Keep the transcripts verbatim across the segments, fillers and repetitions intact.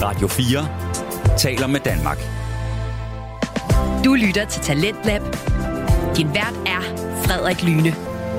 Radio fire taler med Danmark. Du lytter til Talentlab. Din vært er Frederik Lyne.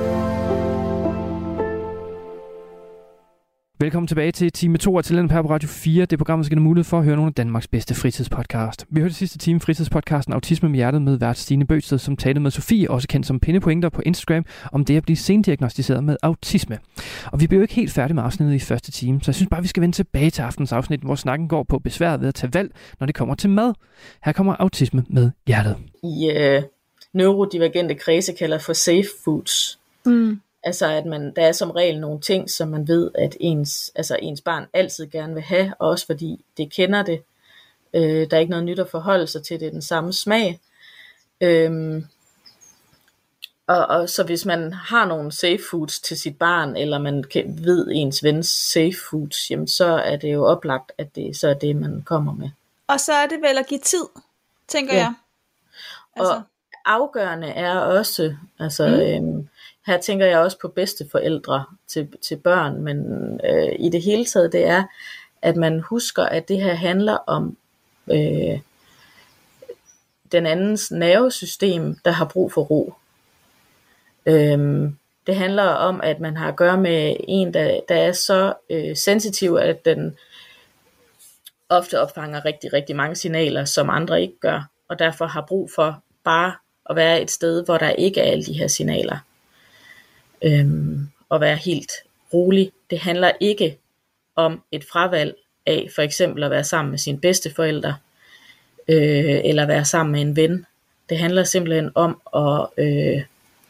Velkommen tilbage til time to af Talentlab her på Radio fire. Det program, der skal have mulighed for at høre nogle af Danmarks bedste fritidspodcast. Vi hørte sidste time fritidspodcasten Autisme med hjertet med vært Stine Bøgsted, som talte med Sofie, også kendt som Pindepointer på Instagram, om det at blive sendiagnosticeret med autisme. Og vi blev jo ikke helt færdige med afsnittet i første time, så jeg synes bare, vi skal vende tilbage til aftens afsnit, hvor snakken går på besværet ved at tage valg, når det kommer til mad. Her kommer Autisme med hjertet. I øh, neurodivergente kredse kalder for safe foods. Mm. Altså at man, der er som regel nogle ting, som man ved, at ens, altså ens barn altid gerne vil have, også fordi det kender det. Øh, der er ikke noget nyt at forholde sig til, det er den samme smag. Øhm, og, og så hvis man har nogle safe foods til sit barn, eller man kan, ved ens vens safe foods, jamen så er det jo oplagt, at det så er det, man kommer med. Og så er det vel at give tid, tænker ja. jeg. Altså. Og afgørende er også, altså... Mm. Øhm, her tænker jeg også på bedsteforældre til, til børn, men øh, i det hele taget, det er, at man husker, at det her handler om øh, den andens nervesystem, der har brug for ro. Øhm, det handler om, at man har at gøre med en, der, der er så øh, sensitiv, at den ofte opfanger rigtig, rigtig mange signaler, som andre ikke gør, og derfor har brug for bare at være et sted, hvor der ikke er alle de her signaler. Øhm, og være helt rolig. Det handler ikke om et fravalg af for eksempel at være sammen med sine bedsteforældre øh, eller være sammen med en ven. Det handler simpelthen om at, øh,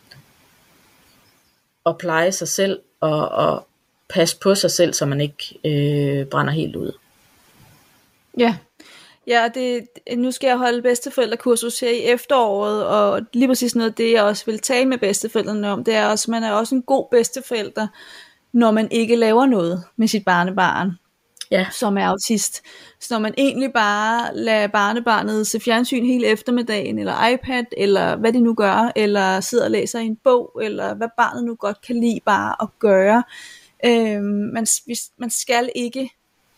at pleje sig selv og, og passe på sig selv, så man ikke øh, brænder helt ud. Ja. Ja, det, nu skal jeg holde bedsteforældrekursus her i efteråret, og lige præcis noget af det, jeg også vil tale med bedsteforældrene om, det er også, at man er også en god bedsteforælder, når man ikke laver noget med sit barnebarn, ja. som er autist. Så når man egentlig bare lader barnebarnet se fjernsyn hele eftermiddagen, eller iPad, eller hvad de nu gør, eller sidder og læser i en bog, eller hvad barnet nu godt kan lide bare at gøre. Øhm, man, man skal ikke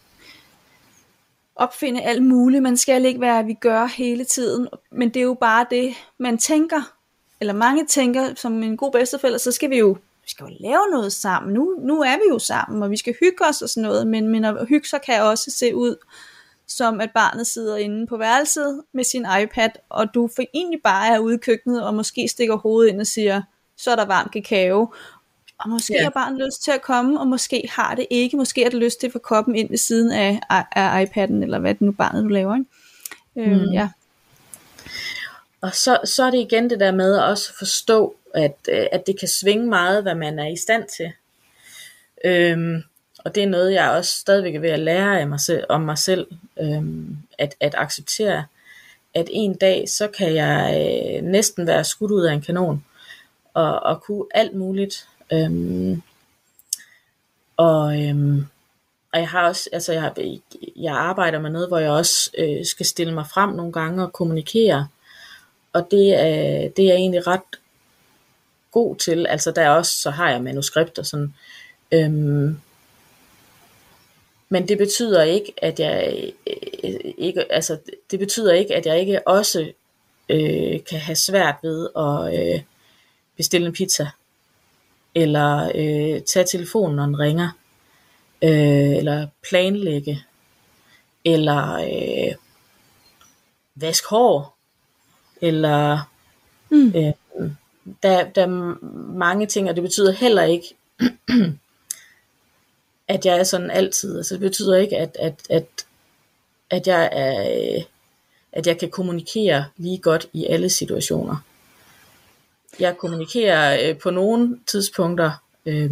opfinde alt muligt, man skal ikke være, at vi gør hele tiden, men det er jo bare det, man tænker, eller mange tænker, som en god bedsteforælder, så skal vi jo, vi skal jo lave noget sammen, nu, nu er vi jo sammen, og vi skal hygge os og sådan noget, men, men at hygge sig kan også se ud, som at barnet sidder inde på værelset med sin iPad, og du for egentlig bare er ude i køkkenet, og måske stikker hovedet ind og siger, så er der varm kakao, og måske ja. har barnet lyst til at komme, og måske har det ikke. Måske er det lyst til at få koppen ind ved siden af, af iPad'en, eller hvad det nu barnet nu laver. Ikke? Mm. Øhm, ja. Og så, så er det igen det der med at også forstå, at, at det kan svinge meget, hvad man er i stand til. Øhm, og det er noget, jeg også stadigvæk er ved at lære af mig selv, om mig selv, øhm, at, at acceptere, at en dag, så kan jeg øh, næsten være skudt ud af en kanon, og, og kunne alt muligt. Øhm, og, øhm, og jeg har også, altså jeg, jeg arbejder med noget, hvor jeg også øh, skal stille mig frem nogle gange og kommunikere, og det er, det er jeg egentlig ret god til. Altså der er også, så har jeg manuskripter sådan, øhm, men det betyder ikke, at jeg øh, ikke, altså det betyder ikke, at jeg ikke også øh, kan have svært ved at øh, bestille en pizza, eller øh, tage telefonen, når den ringer, øh, eller planlægge, eller øh, vaske hår, eller mm. øh, der, der er mange ting, og det betyder heller ikke, at jeg er sådan altid. Altså det betyder ikke, at, at, at, at jeg er, at jeg kan kommunikere lige godt i alle situationer. Jeg kommunikerer øh, på nogle tidspunkter øh,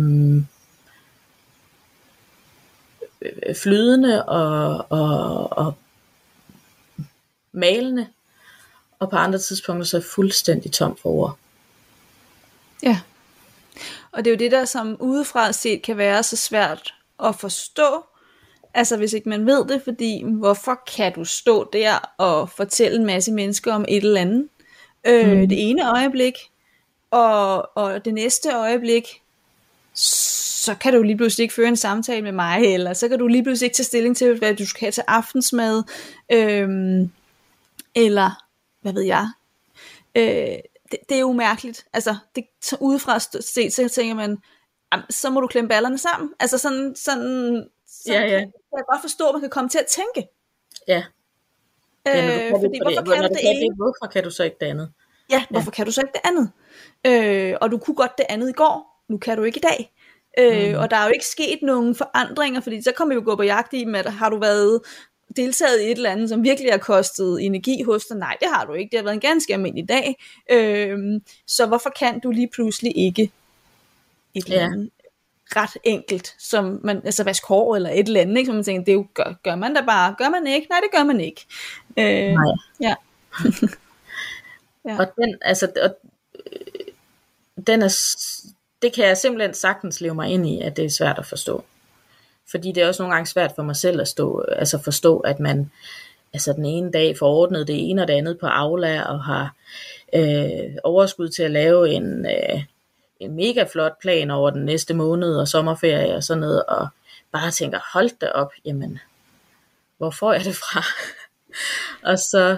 flydende og, og, og malende, og på andre tidspunkter så er jeg fuldstændig tom for ord. Ja, og det er jo det der, som udefra set kan være så svært at forstå, altså hvis ikke man ved det, fordi hvorfor kan du stå der og fortælle en masse mennesker om et eller andet, øh, mm. det ene øjeblik, Og, og det næste øjeblik, så kan du lige pludselig ikke føre en samtale med mig, eller så kan du lige pludselig ikke tage stilling til, hvad du skal have til aftensmad, øhm, eller hvad ved jeg. Øh, det, det er jo mærkeligt. Altså, det, så udefra set, så tænker man, så må du klemme ballerne sammen. Altså sådan, sådan, sådan ja, ja. Kan jeg godt forstå, at man kan komme til at tænke. Ja. Øh, ja fordi, det, hvorfor det, kan du det ene? Hvorfor kan du så ikke det andet? Ja, hvorfor ja. kan du så ikke det andet? Øh, og du kunne godt det andet i går, nu kan du ikke i dag. Øh, mm. Og der er jo ikke sket nogen forandringer, fordi så kommer vi jo gå på jagt i, at har du været deltaget i et eller andet, som virkelig har kostet energi hos dig? Nej, det har du ikke. Det har været en ganske almindelig dag. Øh, så hvorfor kan du lige pludselig ikke et eller andet ja. ret enkelt, som man, altså vask hår eller et eller andet, ikke? Som man tænker, det er jo, gør, gør man da bare. Gør man ikke? Nej, det gør man ikke. Øh, Nej. Ja. ja. Og den, altså, og, øh, den er, det kan jeg simpelthen sagtens leve mig ind i, at det er svært at forstå. Fordi det er også nogle gange svært for mig selv at stå, altså forstå, at man altså den ene dag får ordnet det ene og det andet på Aula, og har øh, overskud til at lave en, øh, en mega flot plan over den næste måned og sommerferie og sådan noget, og bare tænker, hold da op, jamen, hvor får jeg det fra? Og så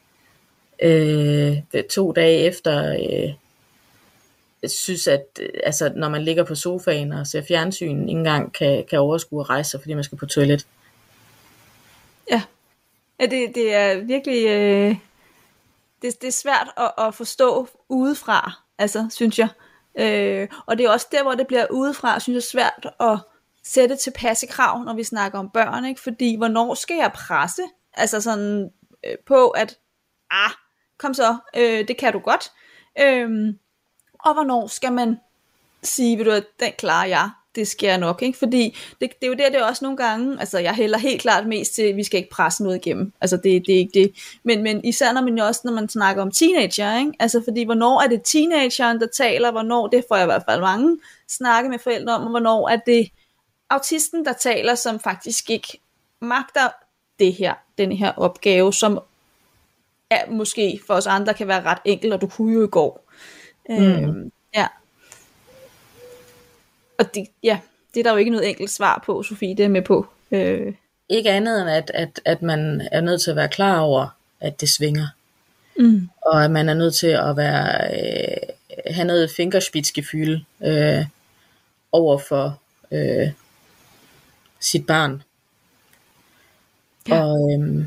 øh, to dage efter, øh, jeg synes, at altså, når man ligger på sofaen og ser fjernsyn, ikke engang kan, kan overskue at rejse sig, fordi man skal på toilet. Ja, ja det, det er virkelig, øh, det, det er svært at, at forstå udefra, altså, synes jeg. Øh, og det er også der, hvor det bliver udefra, synes jeg, svært at sætte tilpasse krav, når vi snakker om børn, ikke? Fordi, hvornår skal jeg presse? Altså sådan øh, på, at, ah, kom så, øh, det kan du godt. Øh, og hvornår skal man sige, ved du, at den klarer jeg, det skal jeg nok, ikke? Fordi det, det er jo der, det er også nogle gange, altså jeg hælder helt klart mest til, at vi skal ikke presse noget igennem, altså det, det er ikke det, men, men især når man jo også, når man snakker om teenager, ikke? Altså fordi, hvornår er det teenageren, der taler, hvornår, det får jeg i hvert fald mange snakke med forældre om, og hvornår er det autisten, der taler, som faktisk ikke magter det her, den her opgave, som er, måske for os andre kan være ret enkel, og du kunne jo i går. Mm. Øhm, ja. Og det, ja, det er der jo ikke noget enkelt svar på, Sofie, det er med på. Øh. Ikke andet end, at, at, at man er nødt til at være klar over, at det svinger. Mm. Og at man er nødt til at være, øh, have noget fingerspidsgefühl øh, over for øh, sit barn. Ja. Og, øh,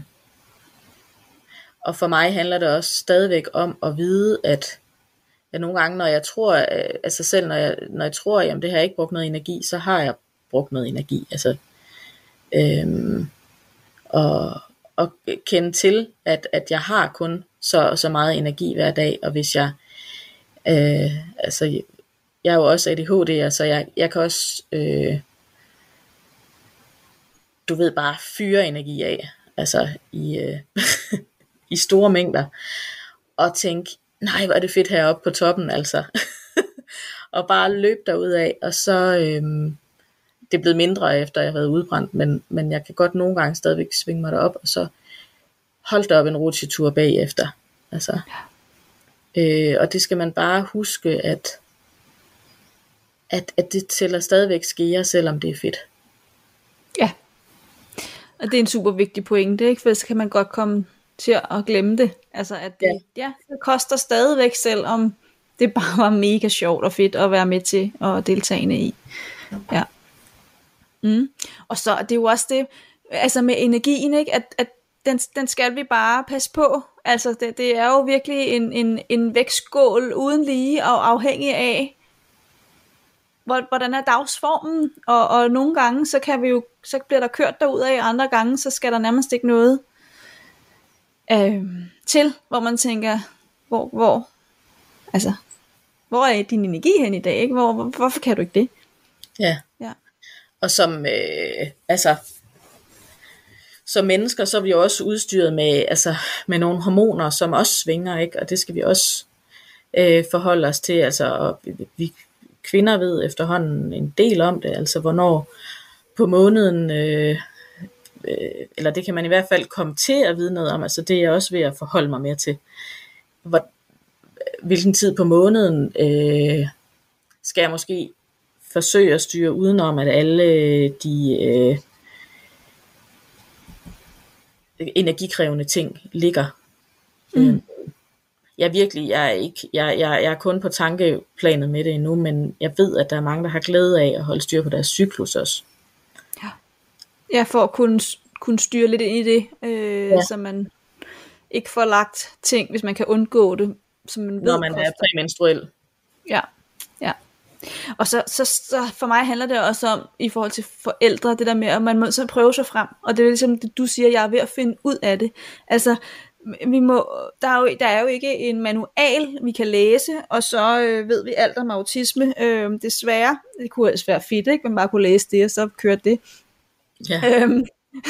og for mig handler det også stadigvæk om at vide, at ja, nogle gange, når jeg tror, altså selv når jeg, når jeg tror, jamen det har jeg ikke brugt noget energi, så har jeg brugt noget energi. Altså, øhm, og, og kende til, at, at jeg har kun så, så meget energi hver dag, og hvis jeg, øh, altså jeg er jo også A D H D'er, så jeg, jeg kan også, øh, du ved, bare fyre energi af, altså i, øh, i store mængder, og tænke, nej, hvor er det fedt heroppe på toppen, altså. Og bare løb derudad, og så, øhm, det er blevet mindre efter jeg har været udbrændt, men, men jeg kan godt nogle gange stadigvæk svinge mig derop, og så holde der op en rutsjetur bagefter. Altså. Øh, og det skal man bare huske, at, at, at det tæller stadigvæk skære, selvom det er fedt. Ja, og det er en super vigtig pointe, ikke? For så kan man godt komme til at glemme det. Altså at det, ja. Ja, det koster stadigvæk, selvom det bare var mega sjovt og fedt at være med til og deltagende i. Ja. Mm. Og så er det jo også det, altså med energien, ikke? At, at den, den skal vi bare passe på. Altså det, det er jo virkelig en, en, en vægtskål uden lige og afhængig af, hvordan er dagsformen, og, og nogle gange så kan vi jo, så bliver der kørt derudad, andre gange så skal der nærmest ikke noget øh, til, hvor man tænker, hvor, hvor, altså, hvor er din energi hen i dag, ikke? Hvor, hvor, hvorfor kan du ikke det? Ja. Ja. Og som, øh, altså, som mennesker, så er vi jo også udstyret med, altså, med nogle hormoner, som også svinger, ikke? Og det skal vi også øh, forholde os til, altså, og vi, vi kvinder ved efterhånden en del om det, altså hvornår på måneden, øh, øh, eller det kan man i hvert fald komme til at vide noget om, altså det er jeg også ved at forholde mig mere til. Hvor, hvilken tid på måneden øh, skal jeg måske forsøge at styre udenom, at alle de øh, energikrævende ting ligger. Mm. Jeg er virkelig, jeg er ikke, jeg, jeg, jeg er kun på tankeplanet med det endnu, men jeg ved, at der er mange, der har glæde af at holde styr på deres cyklus også. Ja, ja, for at kunne, kunne styre lidt ind i det, øh, ja. Så man ikke får lagt ting, hvis man kan undgå det, som man ved. Når man koster. Er præmenstruel. Ja, ja. Og så, så, så for mig handler det også om, i forhold til forældre, det der med, at man må så prøve sig frem. Og det er ligesom det, du siger, jeg er ved at finde ud af det. Altså, vi må, der, er jo, der er jo ikke en manual, vi kan læse, og så øh, ved vi alt om autisme. Øh, desværre, det kunne ellers være fedt, ikke? Man bare kunne læse det, og så køre det. Ja. Øhm,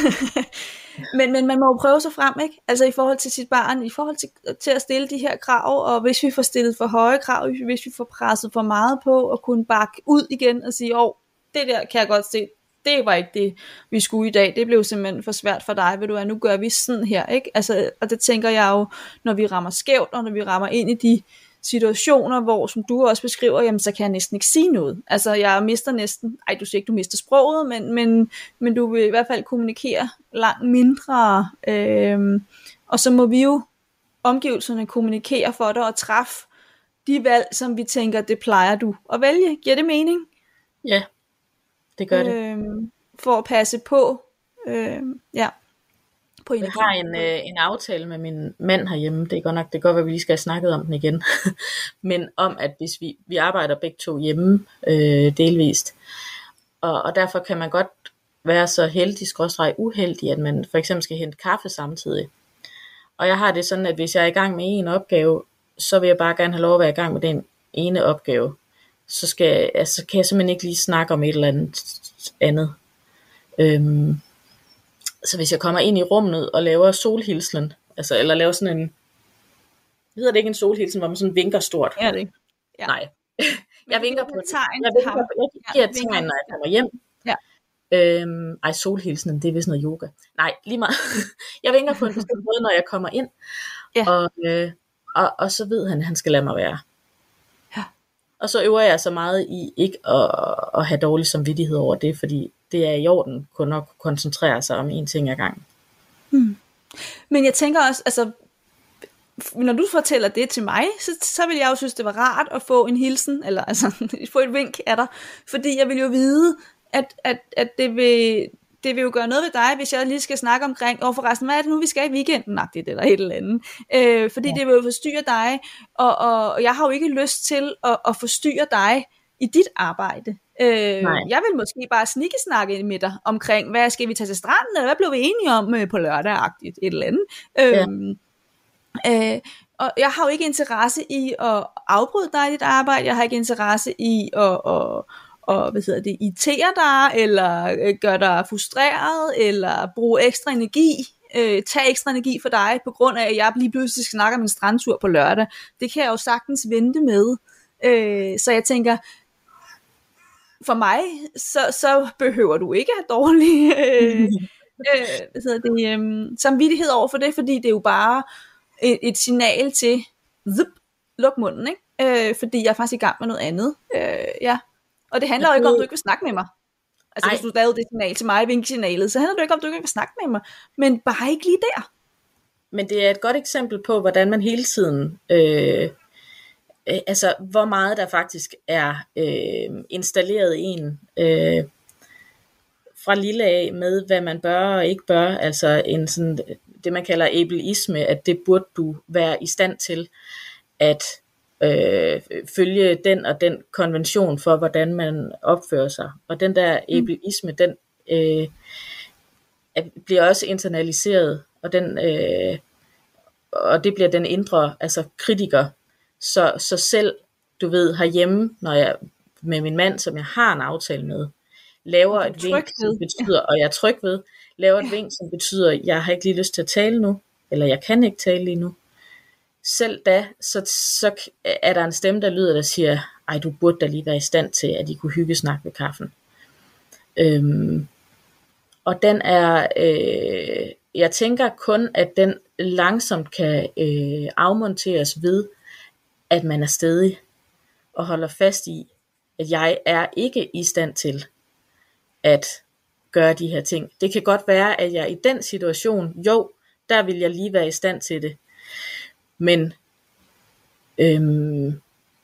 men, men man må jo prøve sig frem, ikke? Altså i forhold til sit barn, i forhold til, til at stille de her krav, og hvis vi får stillet for høje krav, hvis vi får presset for meget på, og kunne bakke ud igen og sige, åh, det der kan jeg godt se, det var ikke det, vi skulle i dag, det blev simpelthen for svært for dig, ved du hvad, nu gør vi sådan her, ikke? Altså, og det tænker jeg jo, når vi rammer skævt, og når vi rammer ind i de situationer, hvor, som du også beskriver, jamen, så kan jeg næsten ikke sige noget. Altså, jeg mister næsten, ej, du siger ikke, du mister sproget, men, men, men du vil i hvert fald kommunikere langt mindre, øhm, og så må vi jo omgivelserne kommunikere for dig, og træffe de valg, som vi tænker, det plejer du at vælge. Giver det mening? Ja, det gør det. Øhm, for at passe på, øhm, ja. På jeg har en, øh, en aftale med min mand herhjemme, det er godt nok, det kan godt være, at vi lige skal have snakket om den igen, men om, at hvis vi, vi arbejder begge to hjemme øh, delvist, og, og derfor kan man godt være så heldig, skråstreg uheldig, at man for eksempel skal hente kaffe samtidig. Og jeg har det sådan, at hvis jeg er i gang med en opgave, så vil jeg bare gerne have lov at være i gang med den ene opgave. Så skal, altså, kan jeg simpelthen ikke lige snakke om et eller andet andet. Øhm, Så hvis jeg kommer ind i rummet og laver solhilsenen, altså, eller laver sådan en, hedder det ikke en solhilsen, hvor man sådan vinker stort? Ja, det. Ja. Nej. jeg vinker på tegn. Jeg, vinker, jeg giver et tegn, når jeg kommer hjem. Ja. Øhm, ej, solhilsenen, det er vist noget yoga. Nej, lige meget. jeg vinker på en bestemt måde, når jeg kommer ind. Ja. Og, øh, og, og så ved han, at han skal lade mig være. Ja. Og så øver jeg så meget i ikke at, at have dårlig samvittighed over det, fordi det er i orden, kun nok koncentrere sig om en ting ad gangen. Hmm. Men jeg tænker også, altså, når du fortæller det til mig, så, så vil jeg jo synes, det var rart at få en hilsen, eller altså, få et vink af dig, fordi jeg vil jo vide, at, at, at det, vil, det vil jo gøre noget ved dig, hvis jeg lige skal snakke omkring, og forresten, hvad er det nu, vi skal i weekenden, nagtigt, eller et eller andet, øh, fordi ja. Det vil jo forstyrre dig, og, og, og jeg har jo ikke lyst til at, at forstyrre dig i dit arbejde. Øh, jeg vil måske bare snikkesnakke med dig omkring, hvad skal vi tage til stranden, eller hvad blev vi enige om øh, på lørdag-agtigt, et eller andet. Øh, ja. øh, og jeg har jo ikke interesse i at afbryde dig i dit arbejde, jeg har ikke interesse i at, at, at hvad hedder det, irritere dig, eller gøre dig frustreret, eller bruge ekstra energi, øh, tage ekstra energi for dig, på grund af, at jeg lige pludselig snakker om en strandtur på lørdag. Det kan jeg jo sagtens vente med. Øh, så jeg tænker, for mig, så, så behøver du ikke have dårlig øh, øh, hvad hedder det, øh, samvittighed over for det, fordi det er jo bare et, et signal til, zup, luk munden, ikke? Øh, fordi jeg er faktisk i gang med noget andet. Øh, ja. Og det handler jo ikke om, at du ikke vil snakke med mig. Altså Ej. Hvis du lavede det signal til mig, vinksignalet, så handler det ikke om, at du ikke vil snakke med mig, men bare ikke lige der. Men det er et godt eksempel på, hvordan man hele tiden... Øh, altså hvor meget der faktisk er øh, installeret i en øh, fra lille af med hvad man bør og ikke bør, altså en sådan, det man kalder ableisme, at det burde du være i stand til at øh, følge den og den konvention for hvordan man opfører sig, og den der ableisme, den øh, bliver også internaliseret, og den øh, og det bliver den indre, altså kritiker. Så, så selv, du ved, herhjemme, når jeg med min mand, som jeg har en aftale med, laver et vink, som betyder, og jeg er tryg ved, laver et vink, som betyder, jeg har ikke lige lyst til at tale nu, eller jeg kan ikke tale lige nu. Selv da, så, så er der en stemme, der lyder, der siger, ej, du burde da lige være i stand til, at I kunne hygge snakke ved kaffen. Øhm, og den er, øh, jeg tænker kun, at den langsomt kan øh, afmonteres ved, at man er stedig og holder fast i, at jeg er ikke i stand til at gøre de her ting. Det kan godt være, at jeg i den situation, jo, der vil jeg lige være i stand til det. Men øhm,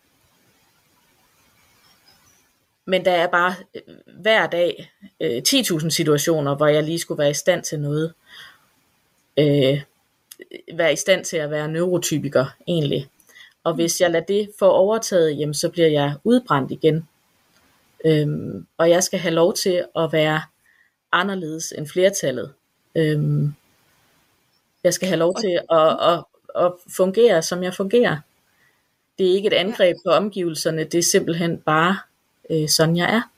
men der er bare hver dag øh, ti tusind situationer, hvor jeg lige skulle være i stand til noget. Øh, være i stand til at være neurotypiker egentlig. Og hvis jeg lader det få overtaget, jamen, så bliver jeg udbrændt igen. Øhm, og jeg skal have lov til at være anderledes end flertallet. Øhm, jeg skal have lov til at, at, at fungere, som jeg fungerer. Det er ikke et angreb på omgivelserne, det er simpelthen bare øh, sådan jeg er.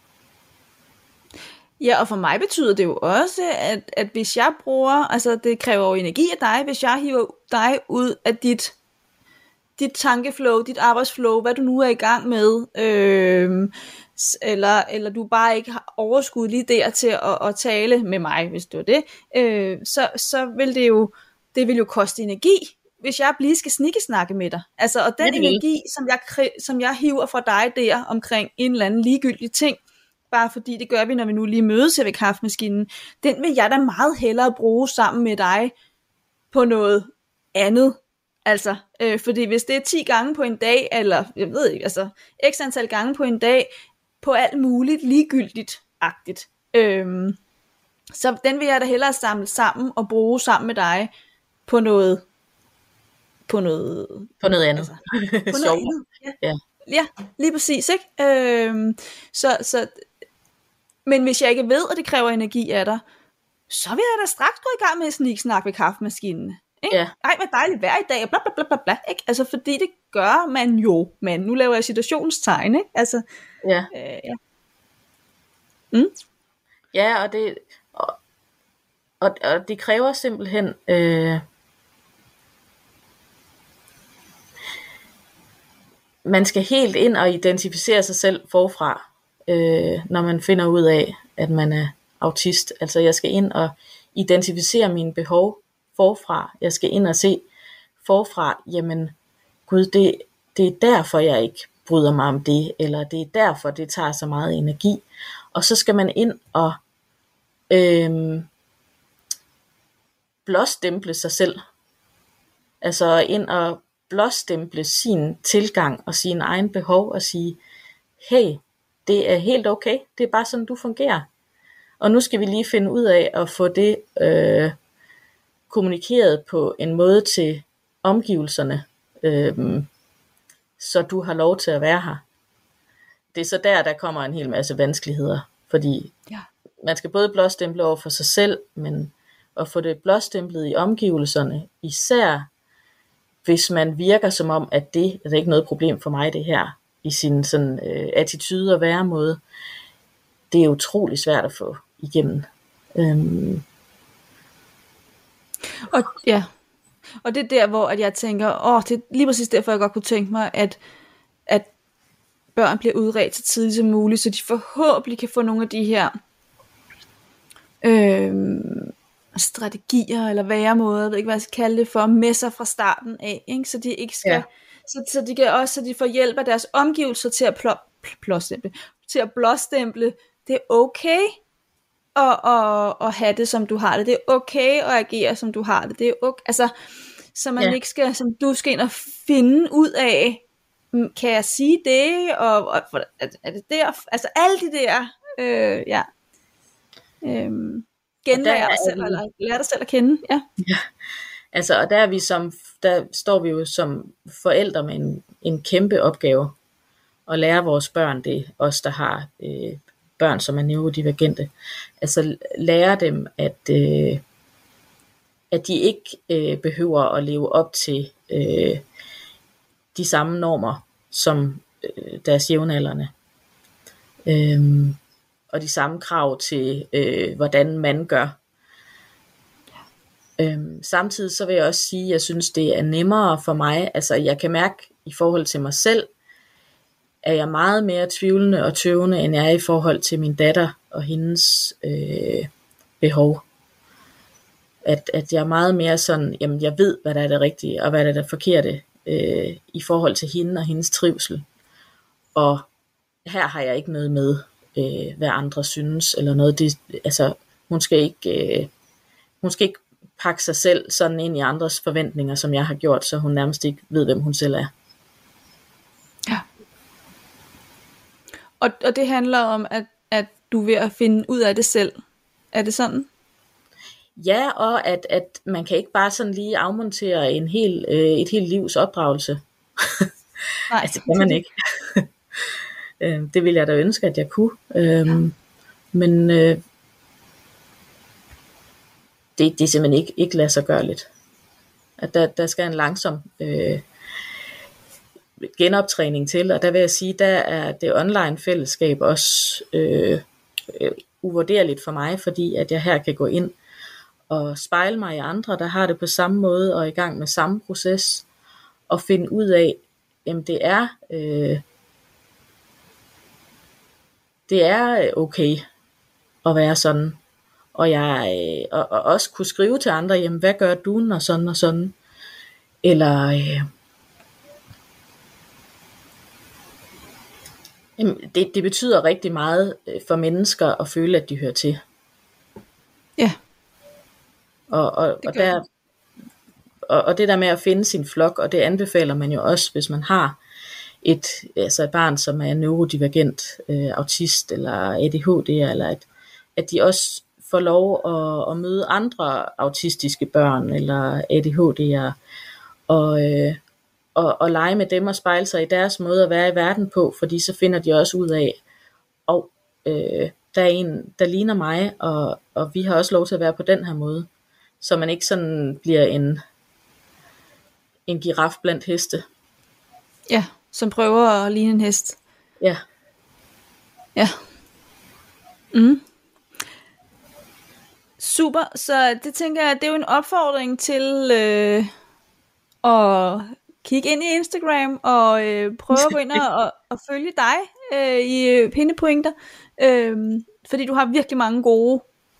Ja, og for mig betyder det jo også, at, at hvis jeg bruger, altså det kræver jo energi af dig, hvis jeg hiver dig ud af dit, dit tankeflow, dit arbejdsflow, hvad du nu er i gang med, øh, eller, eller du bare ikke har overskud lige der til at, at tale med mig, hvis det var det, øh, så, så vil det jo, det vil jo koste energi, hvis jeg lige skal snikkesnakke med dig. Altså, og den energi, som jeg, som jeg hiver fra dig der, omkring en eller anden ligegyldig ting, bare fordi det gør vi, når vi nu lige mødes her ved kaffemaskinen, den vil jeg da meget hellere bruge sammen med dig på noget andet. Altså, øh, fordi hvis det er ti gange på en dag, eller jeg ved ikke, altså x antal gange på en dag, på alt muligt ligegyldigt-agtigt, øh, så den vil jeg da hellere samle sammen og bruge sammen med dig på noget, på noget, på noget andet. Altså, på noget andet. Ja. Ja. Ja, lige præcis, ikke? Øh, så, så Men hvis jeg ikke ved, at det kræver energi af dig, så vil jeg da straks gå i gang med at sniksnak ved kaffemaskinen. Ikke? Ja. Ej, hvad dejligt vejr i dag, og bla bla bla bla bla. Ikke? Altså, fordi det gør man jo, men nu laver jeg situationstegn, ikke? Altså, ja. Øh, ja. Mm? Ja, og det, og, og, og det kræver simpelthen, øh, man skal helt ind og identificere sig selv forfra. Øh, når man finder ud af, at man er autist. Altså jeg skal ind og identificere mine behov forfra. Jeg skal ind og se forfra, jamen gud, det, det er derfor jeg ikke bryder mig om det, eller det er derfor det tager så meget energi. Og så skal man ind og øh, blåstemple sig selv. Altså ind og blåstemple sin tilgang og sin egen behov og sige, hey, det er helt okay, det er bare sådan du fungerer. Og nu skal vi lige finde ud af at få det øh, kommunikeret på en måde til omgivelserne, øh, så du har lov til at være her. Det er så der, der kommer en hel masse vanskeligheder, fordi ja. Man skal både blåstemple over for sig selv, men at få det blåstemplet i omgivelserne, især hvis man virker som om, at det, det er ikke noget problem for mig det her, i sin sådan øh, attitude og væremåde, det er utrolig svært at få igennem. Øhm. Og ja, og det er der, hvor at jeg tænker, åh, det er lige præcis derfor, jeg godt kunne tænke mig, at, at børn bliver udredt så tidligt som muligt, så de forhåbentlig kan få nogle af de her øhm, strategier, eller væremåder, jeg ved ikke, hvad jeg skal kalde det for, med sig fra starten af, ikke? Så de ikke skal... Ja. Så, så de kan også, så de får hjælp af deres omgivelser til at plå, plåstemple, til at blåstemple. Det er okay at, at, at have det, som du har det. Det er okay at agere, som du har det. Det er okay. Altså, så man ja. ikke skal, som du skal ind og finde ud af, kan jeg sige det, og, og er det der, altså alle de der, øh, ja, øhm, genlære dig selv, eller lære dig selv at kende, ja. Ja. Altså, og der er vi som, der står vi jo som forældre med en, en kæmpe opgave at lære vores børn det, os der har øh, børn, som er neurodivergente. Altså lære dem, at, øh, at de ikke øh, behøver at leve op til øh, de samme normer som øh, deres jævnaldrende. Øhm, og de samme krav til, øh, hvordan man gør. Øhm, samtidig så vil jeg også sige, at jeg synes det er nemmere for mig, altså jeg kan mærke i forhold til mig selv, at jeg er meget mere tvivlende og tøvende, end jeg er i forhold til min datter og hendes øh, behov. At, at jeg er meget mere sådan, jamen jeg ved, hvad der er det rigtige, og hvad der er det forkerte, øh, i forhold til hende og hendes trivsel. Og her har jeg ikke noget med, øh, hvad andre synes, eller noget. Det, altså, hun skal ikke, øh, hun skal ikke pakke sig selv sådan ind i andres forventninger, som jeg har gjort, så hun nærmest ikke ved, hvem hun selv er. Ja. Og, og det handler om, at, at du er ved at finde ud af det selv. Er det sådan? Ja, og at, at man kan ikke bare sådan lige afmontere en hel, øh, et helt livs opdragelse. Nej, altså, det kan man ikke. Det ville jeg da ønske, at jeg kunne. Øhm, men øh, det, det er simpelthen ikke, ikke lade sig gøre lidt. At der, der skal en langsom øh, genoptræning til, og der vil jeg sige, der er det online fællesskab også øh, øh, uvurderligt for mig, fordi at jeg her kan gå ind og spejle mig i andre, der har det på samme måde, og er i gang med samme proces, og finde ud af, jamen det er... Øh, Det er okay at være sådan, og jeg og, og også kunne skrive til andre, jamen hvad gør du, når sådan og sådan, eller øh, jamen, det, det betyder rigtig meget for mennesker at føle, at de hører til. Ja. Og, og, og, der, og, og det der med at finde sin flok, og det anbefaler man jo også, hvis man har et, altså et barn, som er neurodivergent, øh, autist eller A D H D, eller at, at de også får lov at, at møde andre autistiske børn, eller A D H D'ere, og, øh, og, og lege med dem og spejle sig i deres måde at være i verden på, fordi så finder de også ud af, og øh, der er en, der ligner mig, og, og vi har også lov til at være på den her måde, så man ikke sådan bliver en, en giraf blandt heste. Ja, som prøver at ligne en hest. Ja. Ja. Mm. Super, så det tænker jeg, det er jo en opfordring til øh, at kigge ind i Instagram og øh, prøve at gå ind og, og, og følge dig øh, i pindepointer, øh, fordi du har virkelig mange gode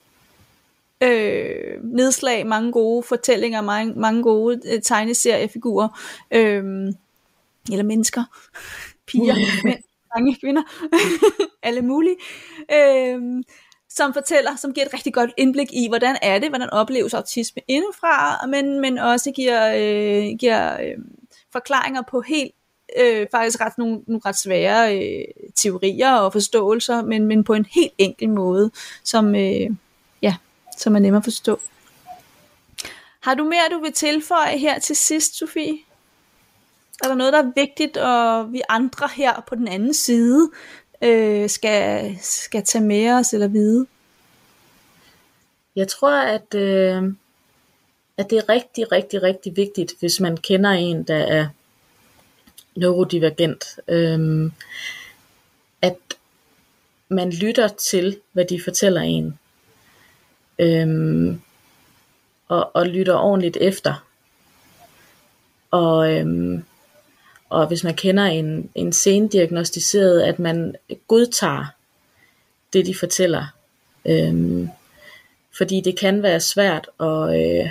øh, nedslag, mange gode fortællinger, mange, mange gode øh, tegneseriefigurer, øh, eller mennesker, piger, mænd, mange kvinder, alle mulige, øh, som fortæller, som giver et rigtig godt indblik i, hvordan er det, hvordan opleves autisme indefra, men, men også giver, øh, giver øh, forklaringer på helt, øh, faktisk ret, nogle, nogle ret svære øh, teorier og forståelser, men, men på en helt enkel måde, som, øh, ja, som er nemmere at forstå. Har du mere, du vil tilføje her til sidst, Sofie? Er der noget, der er vigtigt, og vi andre her på den anden side øh, skal, skal tage med os eller vide? Jeg tror, at, øh, at det er rigtig, rigtig, rigtig vigtigt, hvis man kender en, der er neurodivergent, øh, at man lytter til, hvad de fortæller en, øh, og, og lytter ordentligt efter. Og, øh, og hvis man kender en, en sendiagnostiseret, at man godtager det, de fortæller. Øh, fordi det kan være svært at... Øh,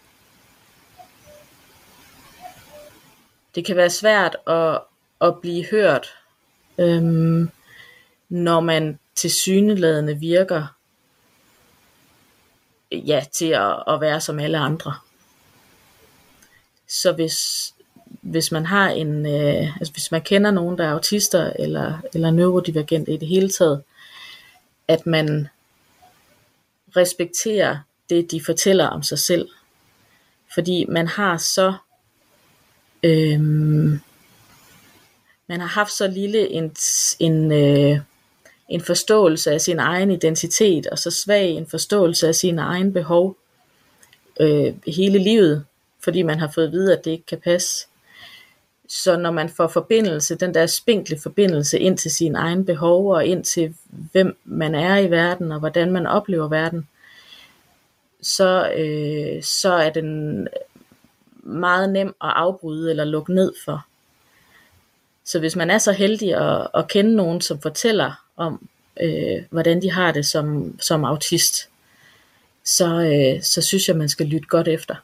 det kan være svært at, at blive hørt, øhm, når man tilsyneladende virker ja, til at, at være som alle andre. Så hvis, hvis man har en, øh, altså hvis man kender nogen, der er autister eller, eller neurodivergent i det hele taget, at man respekterer det, de fortæller om sig selv. Fordi man har så Øhm, man har haft så lille en, en, øh, en forståelse af sin egen identitet, og så svag en forståelse af sine egne behov øh, hele livet, fordi man har fået at vide, at det ikke kan passe. Så når man får forbindelse, den der spinkle forbindelse ind til sine egne behov, og ind til hvem man er i verden, og hvordan man oplever verden, så, øh, så er den meget nem at afbryde eller lukke ned for. Så hvis man er så heldig at, at kende nogen, som fortæller om, øh, hvordan de har det som, som autist, så, øh, så synes jeg, man skal lytte godt efter.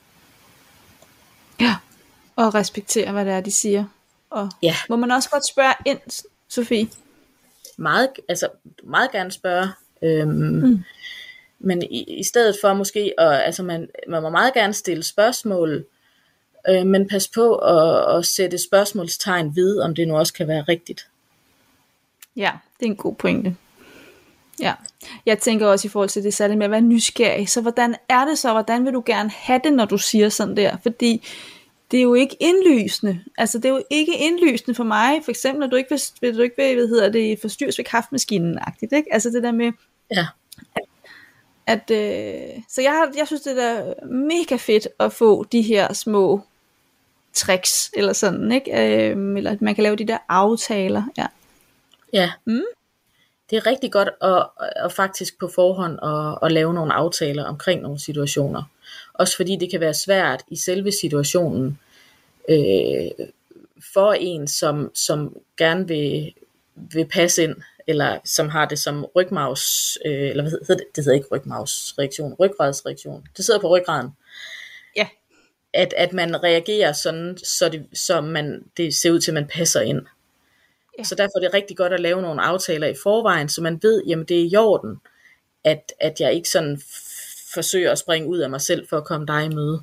Ja, og respektere, hvad det er, de siger. Og ja. Må man også godt spørge ind, Sofie? meget, altså, meget gerne spørge. Øhm, mm. Men i, i stedet for måske, og, altså man, man må meget gerne stille spørgsmål, øh, men pas på at, at sætte spørgsmålstegn ved, om det nu også kan være rigtigt. Ja, det er en god pointe. Ja, jeg tænker også i forhold til det særligt med at være nysgerrig, så hvordan er det så, hvordan vil du gerne have det, når du siger sådan der, fordi det er jo ikke indlysende, altså det er jo ikke indlysende for mig, for eksempel, når du ikke vil, du ikke vil hvad hedder det, forstyrres ved kaffemaskinen-agtigt, ikke? Altså det der med, ja. at, at øh, så jeg, har, jeg synes det er mega fedt at få de her små tricks, eller sådan, ikke? Øh, eller at man kan lave de der aftaler, ja. Ja, mm? Det er rigtig godt at, at faktisk på forhånd at, at lave nogle aftaler omkring nogle situationer. Også fordi det kan være svært i selve situationen øh, for en, som, som gerne vil, vil passe ind, eller som har det som rygmarvs, øh, eller hvad hedder det? Det hedder ikke rygmarvsreaktion, ryggradsreaktion. Det sidder på ryggraden. Ja. At, at man reagerer sådan, så, det, så man, det ser ud til, at man passer ind. Ja. Så derfor er det rigtig godt at lave nogle aftaler i forvejen, så man ved, jamen det er i orden, at, at jeg ikke sådan f- forsøger at springe ud af mig selv for at komme dig i møde.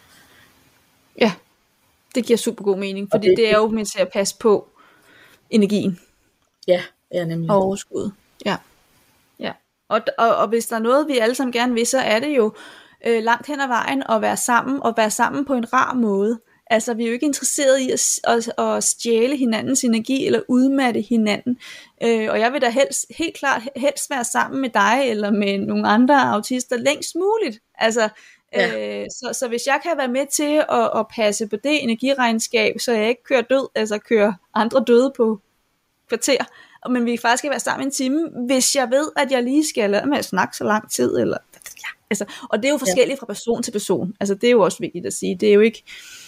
Ja, det giver super god mening, fordi det, det er jo med til at passe på energien. Ja, ja nemlig. Og overskud. Ja. Ja. Og, og, og hvis der er noget, vi alle sammen gerne vil, så er det jo øh, langt hen ad vejen at være sammen, og være sammen på en rar måde. Altså, vi er jo ikke interesseret i at, at, at stjæle hinandens energi, eller udmatte hinanden. Øh, og jeg vil da helst, helt klart helst være sammen med dig, eller med nogle andre autister, længst muligt. Altså, ja. øh, så, så hvis jeg kan være med til at, at passe på det energiregnskab, så jeg ikke kører død, altså kører andre døde på kvarter, men vi faktisk skal være sammen en time, hvis jeg ved, at jeg lige skal lade med at snakke så lang tid, eller, ja, altså, og det er jo forskelligt fra person til person. Altså, det er jo også vigtigt at sige. Det er jo ikke...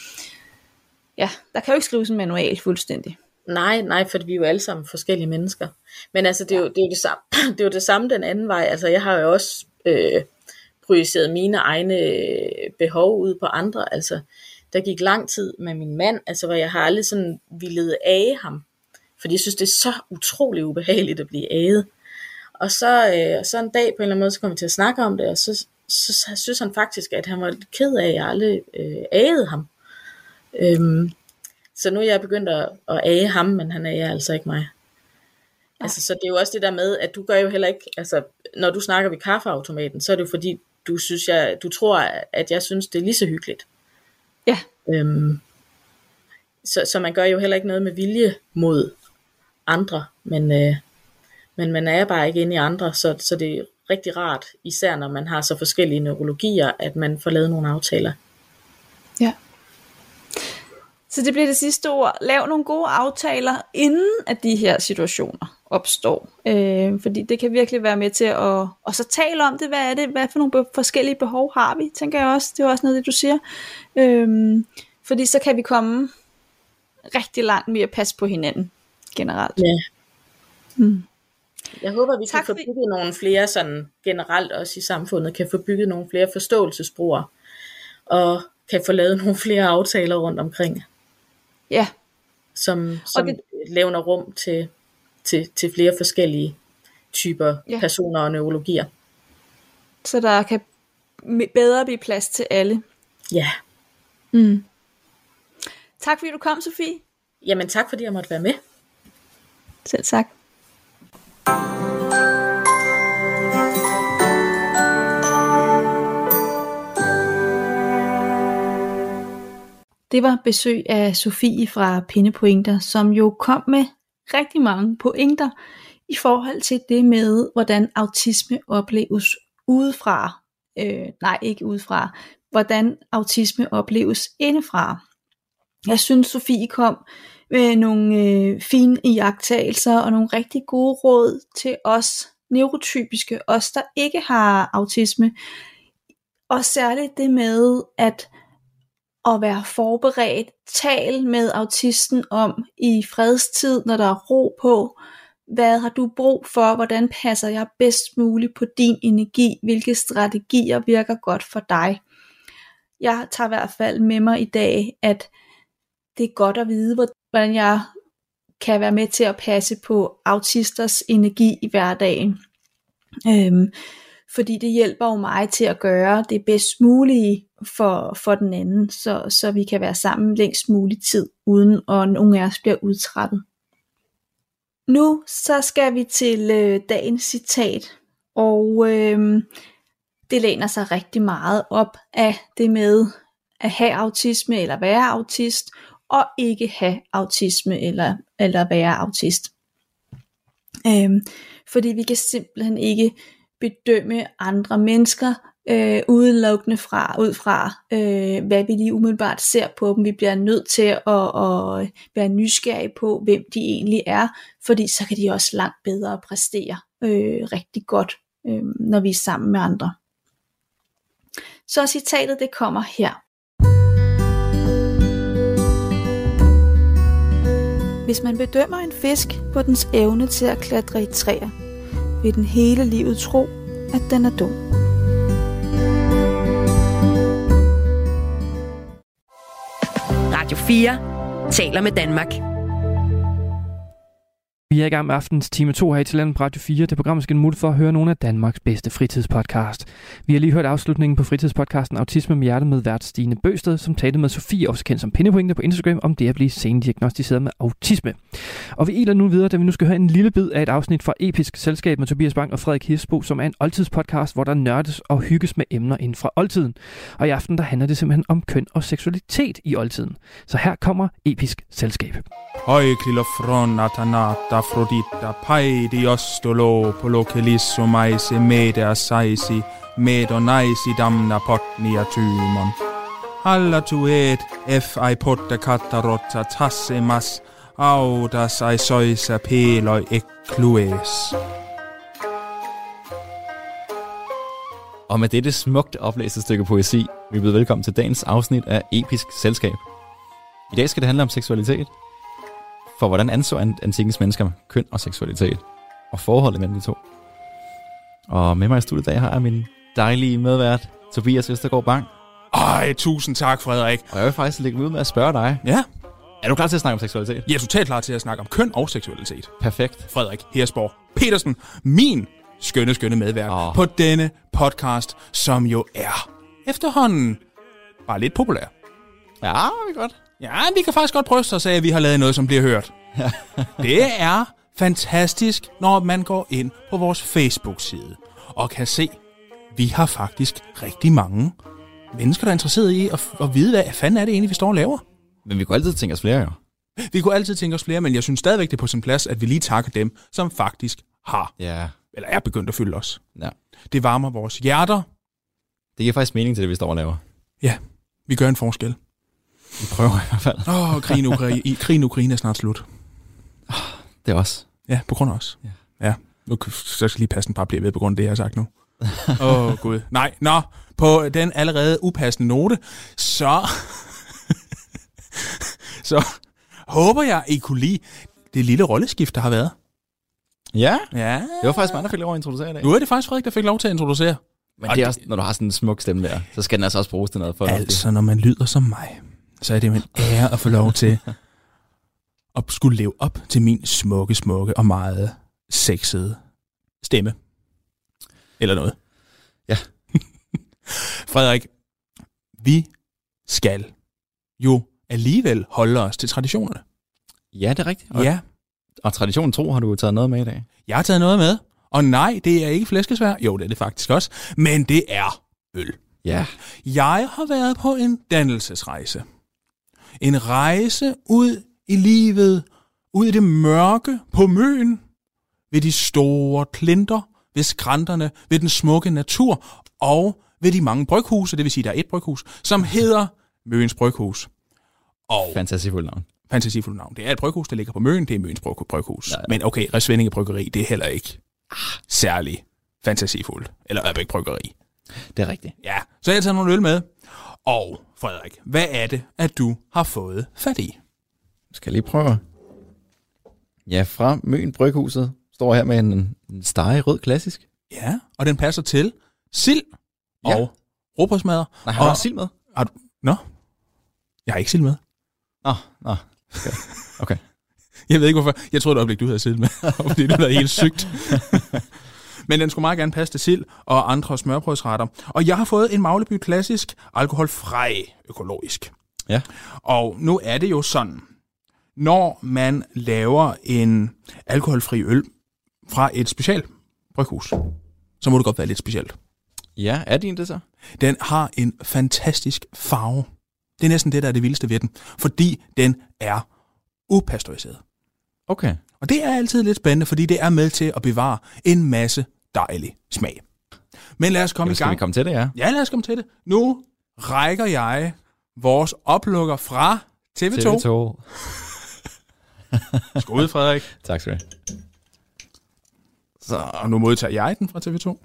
Ja, der kan jo ikke skrives en manual fuldstændig. Nej, nej, for vi er jo alle sammen forskellige mennesker. Men altså, det er jo det, er jo det, samme, det, er jo det samme den anden vej. Altså, jeg har jo også øh, projiceret mine egne behov ud på andre. Altså, der gik lang tid med min mand, altså, hvor jeg har aldrig sådan villet age ham. Fordi jeg synes, det er så utrolig ubehageligt at blive aget. Og så, øh, så en dag på en eller anden måde, så kom vi til at snakke om det, og så, så, så synes han faktisk, at han var lidt ked af, at jeg aldrig øh, agede ham. Øhm, så nu er jeg begyndt at, at age ham, men han ager altså ikke mig. Altså, så det er jo også det der med, at du gør jo heller ikke, altså, når du snakker ved kaffeautomaten, så er det jo fordi, du synes, jeg, du tror, at jeg synes, det er lige så hyggeligt. Ja. Øhm, så, så man gør jo heller ikke noget med vilje mod andre, men, øh, men man er bare ikke inde i andre, så, så det er rigtig rart, især når man har så forskellige neurologier, at man får lavet nogle aftaler. Ja. Så det bliver det sidste ord. Lav nogle gode aftaler, inden at de her situationer opstår. Øh, fordi det kan virkelig være med til at og så tale om det. Hvad er det? Hvad for nogle forskellige behov har vi? Tænker jeg også. Det er også noget, det du siger. Øh, fordi så kan vi komme rigtig langt med at passe på hinanden generelt. Ja. Hmm. Jeg håber, vi Tak kan få bygget nogle flere, sådan generelt også i samfundet, kan få bygget nogle flere forståelsesbroer, og kan få lavet nogle flere aftaler rundt omkring. Ja. Som, som det... levner rum til, til, til flere forskellige typer ja. personer og neurologier. Så der kan bedre blive plads til alle. Ja. Mm. Tak fordi du kom, Sofie. Jamen tak fordi jeg måtte være med. Selv tak. Det var besøg af Sofie fra Pindepointer, som jo kom med rigtig mange pointer i forhold til det med, hvordan autisme opleves udefra. Øh, nej, ikke udefra. Hvordan autisme opleves indefra. Jeg synes, Sofie kom med nogle øh, fine iagttagelser og nogle rigtig gode råd til os neurotypiske, os der ikke har autisme. Og særligt det med at at være forberedt, tal med autisten om i fredstid, når der er ro på, hvad har du brug for, hvordan passer jeg bedst muligt på din energi, hvilke strategier virker godt for dig. Jeg tager i hvert fald med mig i dag, at det er godt at vide, hvordan jeg kan være med til at passe på autisters energi i hverdagen. Øhm, fordi det hjælper jo mig til at gøre det bedst mulige for, for den anden, så, så vi kan være sammen længst mulig tid, uden at nogen af os bliver udtrættet. Nu så skal vi til øh, dagens citat, og øh, det læner sig rigtig meget op af det med at have autisme eller være autist, og ikke have autisme eller, eller være autist. Øh, fordi vi kan simpelthen ikke bedømme andre mennesker øh, udelukkende fra, ud fra, øh, hvad vi lige umiddelbart ser på dem. Vi bliver nødt til at, at være nysgerrige på, hvem de egentlig er, fordi så kan de også langt bedre præstere øh, rigtig godt, øh, når vi er sammen med andre. Så citatet det kommer her. Hvis man bedømmer en fisk på dens evne til at klatre i træer, vil den hele livet tro, at den er dum. Radio fire taler med Danmark. Vi er i gang med aftens time to her i Talent på Radio fire. Det program skal muligt for at høre nogle af Danmarks bedste fritidspodcast. Vi har lige hørt afslutningen på fritidspodcasten Autisme med hjertet med vært Stine Bøgsted, som talte med Sofie, også kendt som Pindepointe på Instagram, om det at blive sendiagnosticeret med autisme. Og vi iler nu videre, da vi nu skal høre en lille bid af et afsnit fra Episk Selskab med Tobias Bang og Frederik Hirsbo, som er en oldtidspodcast, hvor der nørdes og hygges med emner inden fra oldtiden. Og i aften der handler det simpelthen om køn og seksualitet i oldtiden. Så her kommer Episk Selskab. Oiklilofron atanata Afrodita paidios dolo polokelis omaisi mede saisi medonaisi damna potnia tymon. Alla tuet f ai potta kattarotta tassemas audas ai soisa peloi eklues. Og med dette smukt oplæste stykke poesi, vi byder velkommen til dagens afsnit af Episk Selskab. I dag skal det handle om seksualitet. For hvordan anså antikkens mennesker køn og seksualitet, og forholdet mellem de to. Og med mig i studiet i dag har jeg min dejlige medvært, Tobias Østergaard Bang. Ej, tusind tak, Frederik. Og jeg vil faktisk lægge mig ud med at spørge dig. Ja? Er du klar til at snakke om seksualitet? Jeg er totalt klar til at snakke om køn og seksualitet. Perfekt. Frederik Hirsborg Petersen, min skønne, skønne medvært oh. på denne podcast, som jo er efterhånden bare lidt populær. Ja, vi godt. Ja, vi kan faktisk godt bryste os af, at vi har lavet noget, som bliver hørt. Det er fantastisk, når man går ind på vores Facebook-side og kan se, at vi har faktisk rigtig mange mennesker, der er interesseret i at, at vide, hvad fanden er det egentlig, vi står og laver. Men vi kunne altid tænke os flere, jo. Vi kunne altid tænke os flere, men jeg synes stadigvæk, det er på sin plads, at vi lige takker dem, som faktisk har, ja. eller er begyndt at fylde os. Ja. Det varmer vores hjerter. Det giver faktisk mening til det, vi står og laver. Ja, vi gør en forskel. Vi prøver i hvert fald. Åh, oh, krigen i Ukraine, krigen i Ukraine er snart slut. Det er også. Ja, på grund af os. Ja. ja. Nu skal jeg lige passe en par bliver ved på grund af det, jeg har sagt nu. Åh, oh, gud. Nej, nå. På den allerede upassende note, så... så håber jeg, I kunne lide det lille rolleskift, der har været. Ja? Ja. Det var faktisk mig, der fik lov at introducere i dag. Nu er det faktisk Frederik, der fik lov til at introducere. Men det er også, når du har sådan en smuk stemme der, så skal den altså også bruges til noget for altså, når man lyder som mig, så er det jo en ære at få lov til at skulle leve op til min smukke, smukke og meget sexede stemme. Eller noget. Ja. Frederik, vi skal jo alligevel holde os til traditionerne. Ja, det er rigtigt. Og, ja. Og traditionen tro har du taget noget med i dag. Jeg har taget noget med. Og nej, det er ikke flæskesvær. Jo, det er det faktisk også. Men det er øl. Ja. Jeg har været på en dannelsesrejse. En rejse ud i livet, ud i det mørke på Møn, ved de store klinter, ved skrænterne, ved den smukke natur og ved de mange bryghuse, det vil sige, der er et bryghus, som hedder Møns Bryghus. Og fantasifuldt navn. Fantasifuldt navn. Det er et bryghus, der ligger på Møn, det er Møns Bryghus. Ja, ja. Men okay, Resvendinge Bryggeri, det er heller ikke særlig fantasifuldt. Eller Ørbæk Bryggeri. Det er rigtigt. Ja, så jeg har taget nogle øl med. Og Frederik, hvad er det, at du har fået fat i? Skal jeg lige prøve? Ja, fra Møn Bryghuset står her med en, en stege rød klassisk. Ja, og den passer til sild ja. og rugbrødsmadder. Nej, har du også sild med? Har du? Nå, jeg har ikke sild med. Nå, nå. Okay. okay. Jeg ved ikke hvorfor. Jeg troede, det øjeblik, du havde siddet med, fordi det var helt sygt. Men den skulle meget gerne passe til sild og andre smørbrødsretter. Og jeg har fået en Magleby Klassisk alkoholfri økologisk. Ja. Og nu er det jo sådan, når man laver en alkoholfri øl fra et specielt bryghus, så må det godt være lidt specielt. Ja, er din det så? Den har en fantastisk farve. Det er næsten det, der er det vildeste ved den. Fordi den er upasteuriseret. Okay. Og det er altid lidt spændende, fordi det er med til at bevare en masse dejlig smag. Men lad os komme Jamen, i gang. Skal vi komme til det, ja? Ja, lad os komme til det. Nu rækker jeg vores oplukker fra T V to. T V to. Skål, Frederik. Tak skal du have. Så, og nu modtager jeg den fra T V to.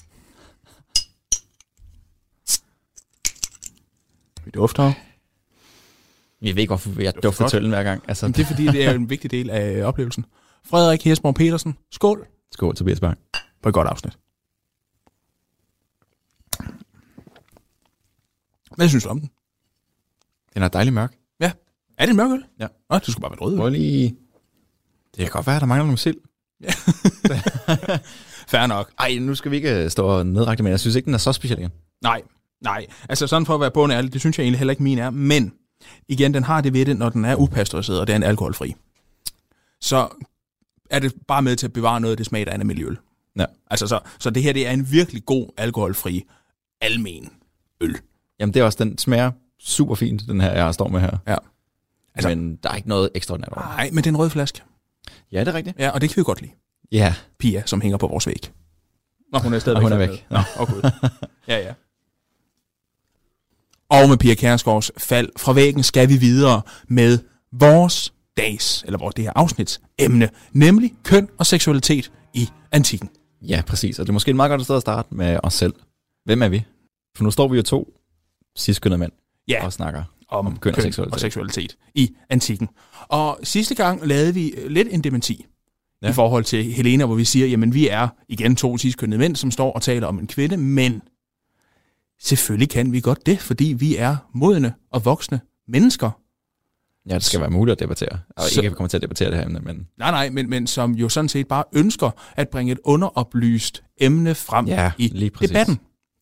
Vi dufter. Jeg ved ikke, hvorfor jeg dufter tøllen hver gang. Altså, Men det er fordi, det er en vigtig del af oplevelsen. Frederik Hirsborg Petersen. Skål. skål, Tobias Bang. På et godt afsnit. Hvad synes du om den? Den er dejlig mørk. Ja. Er det en mørk øl? Ja. Nå, det skulle bare være rød. Prøv lige... Det kan godt være, at der mangler nogle sild. Ja. Fair nok. Ej, nu skal vi ikke stå og nedrække, men jeg synes ikke, den er så speciel igen. Nej, nej. Altså sådan for at være bund ærlig, det synes jeg egentlig heller ikke min er. Men igen, den har det ved det, når den er upasteuriseret, og det er en alkoholfri. Så er det bare med til at bevare noget af det smag, der er af miljøøl. Ja. Altså så, så det her, det er en virkelig god alkoholfri almen øl. Jamen, det er også, den smager super fint, den her, jeg står med her. Ja. Altså, men der er ikke noget ekstraordinært over. Nej, men det er en rød flaske. Ja, det er rigtigt. Ja, og det kan vi godt lide. Ja. Pia, som hænger på vores væg. Nå, hun er stadigvæk Og hun er væk. Nå, åh gud. Ja, ja. Og med Pia Kjærsgaards fald fra væggen skal vi videre med vores dags, eller vores det her afsnits emne, nemlig køn og seksualitet i antikken. Ja, præcis. Og det er måske et meget godt sted at starte med os selv. Hvem er vi? For nu står vi jo to cis-kønnede mænd Ja. og snakker Om, om køn, køn og, seksualitet. og seksualitet i antikken. Og sidste gang lavede vi lidt en dementi ja. i forhold til Helena, hvor vi siger, jamen vi er igen to cis-kønnede mænd, som står og taler om en kvinde, men selvfølgelig kan vi godt det, fordi vi er modne og voksne mennesker. Ja, det skal være muligt at debattere. Og Så- ikke at vi kommer til at debattere det her emne, men... Nej, nej, men, men som jo sådan set bare ønsker at bringe et underoplyst emne frem Ja, i lige præcis. debatten.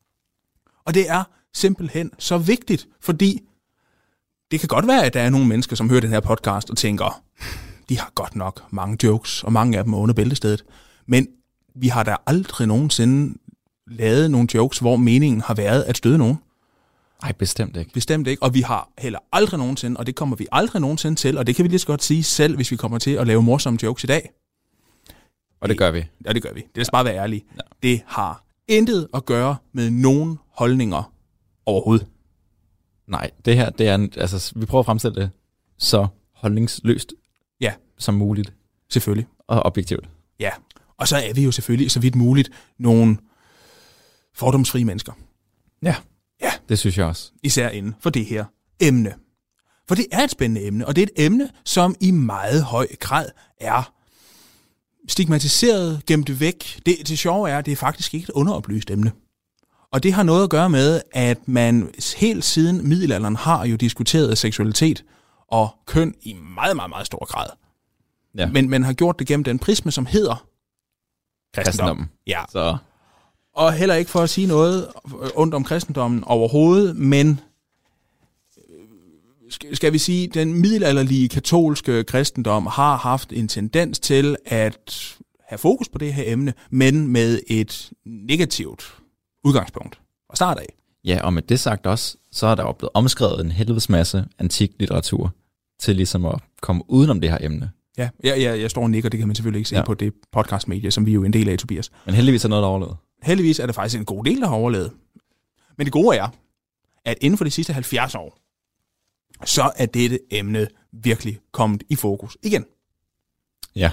Og det er simpelthen så vigtigt, fordi det kan godt være, at der er nogle mennesker, som hører den her podcast og tænker, de har godt nok mange jokes, og mange af dem er under bæltestedet. Men vi har da aldrig nogensinde lavet nogle jokes, hvor meningen har været at støde nogen. Ej, bestemt ikke. Bestemt ikke. Og vi har heller aldrig nogensinde, og det kommer vi aldrig nogensinde til, og det kan vi lige så godt sige selv, hvis vi kommer til at lave morsomme jokes i dag. Og det gør vi. Ja, det gør vi. Det skal bare være ærlige. Ja. Det har intet at gøre med nogen holdninger overhovedet. Nej, det her, det er... En, altså, vi prøver at fremstille det så holdningsløst Ja, som muligt selvfølgelig. og objektivt. Ja. Og så er vi jo selvfølgelig så vidt muligt nogle fordomsfrie mennesker. Ja. Ja. Det synes jeg også. Især inden for det her emne. For det er et spændende emne, og det er et emne, som i meget høj grad er stigmatiseret, gemt væk. Det, det sjove er, at det er faktisk ikke et underoplyst emne. Og det har noget at gøre med, at man helt siden middelalderen har jo diskuteret seksualitet og køn i meget, meget, meget stor grad. Ja. Men man har gjort det gennem den prisme, som hedder kristendom. Kristendommen. Ja. Så Og heller ikke for at sige noget ondt om kristendommen overhovedet, men øh, skal vi sige, den middelalderlige katolske kristendom har haft en tendens til at have fokus på det her emne, men med et negativt udgangspunkt fra start af. ja, og med det sagt også, så er der jo blevet omskrevet en helvedes masse antik litteratur til ligesom at komme udenom det her emne. Ja, jeg, jeg, jeg står og nikker, det kan man selvfølgelig ikke se Ja. ja. på det podcastmedie, som vi er jo en del af, Tobias. Men heldigvis er noget, der overlevet. Heldigvis er der faktisk en god del, der har overlevet. Men det gode er, at inden for de sidste halvfjerds år, så er dette emne virkelig kommet i fokus igen. Ja.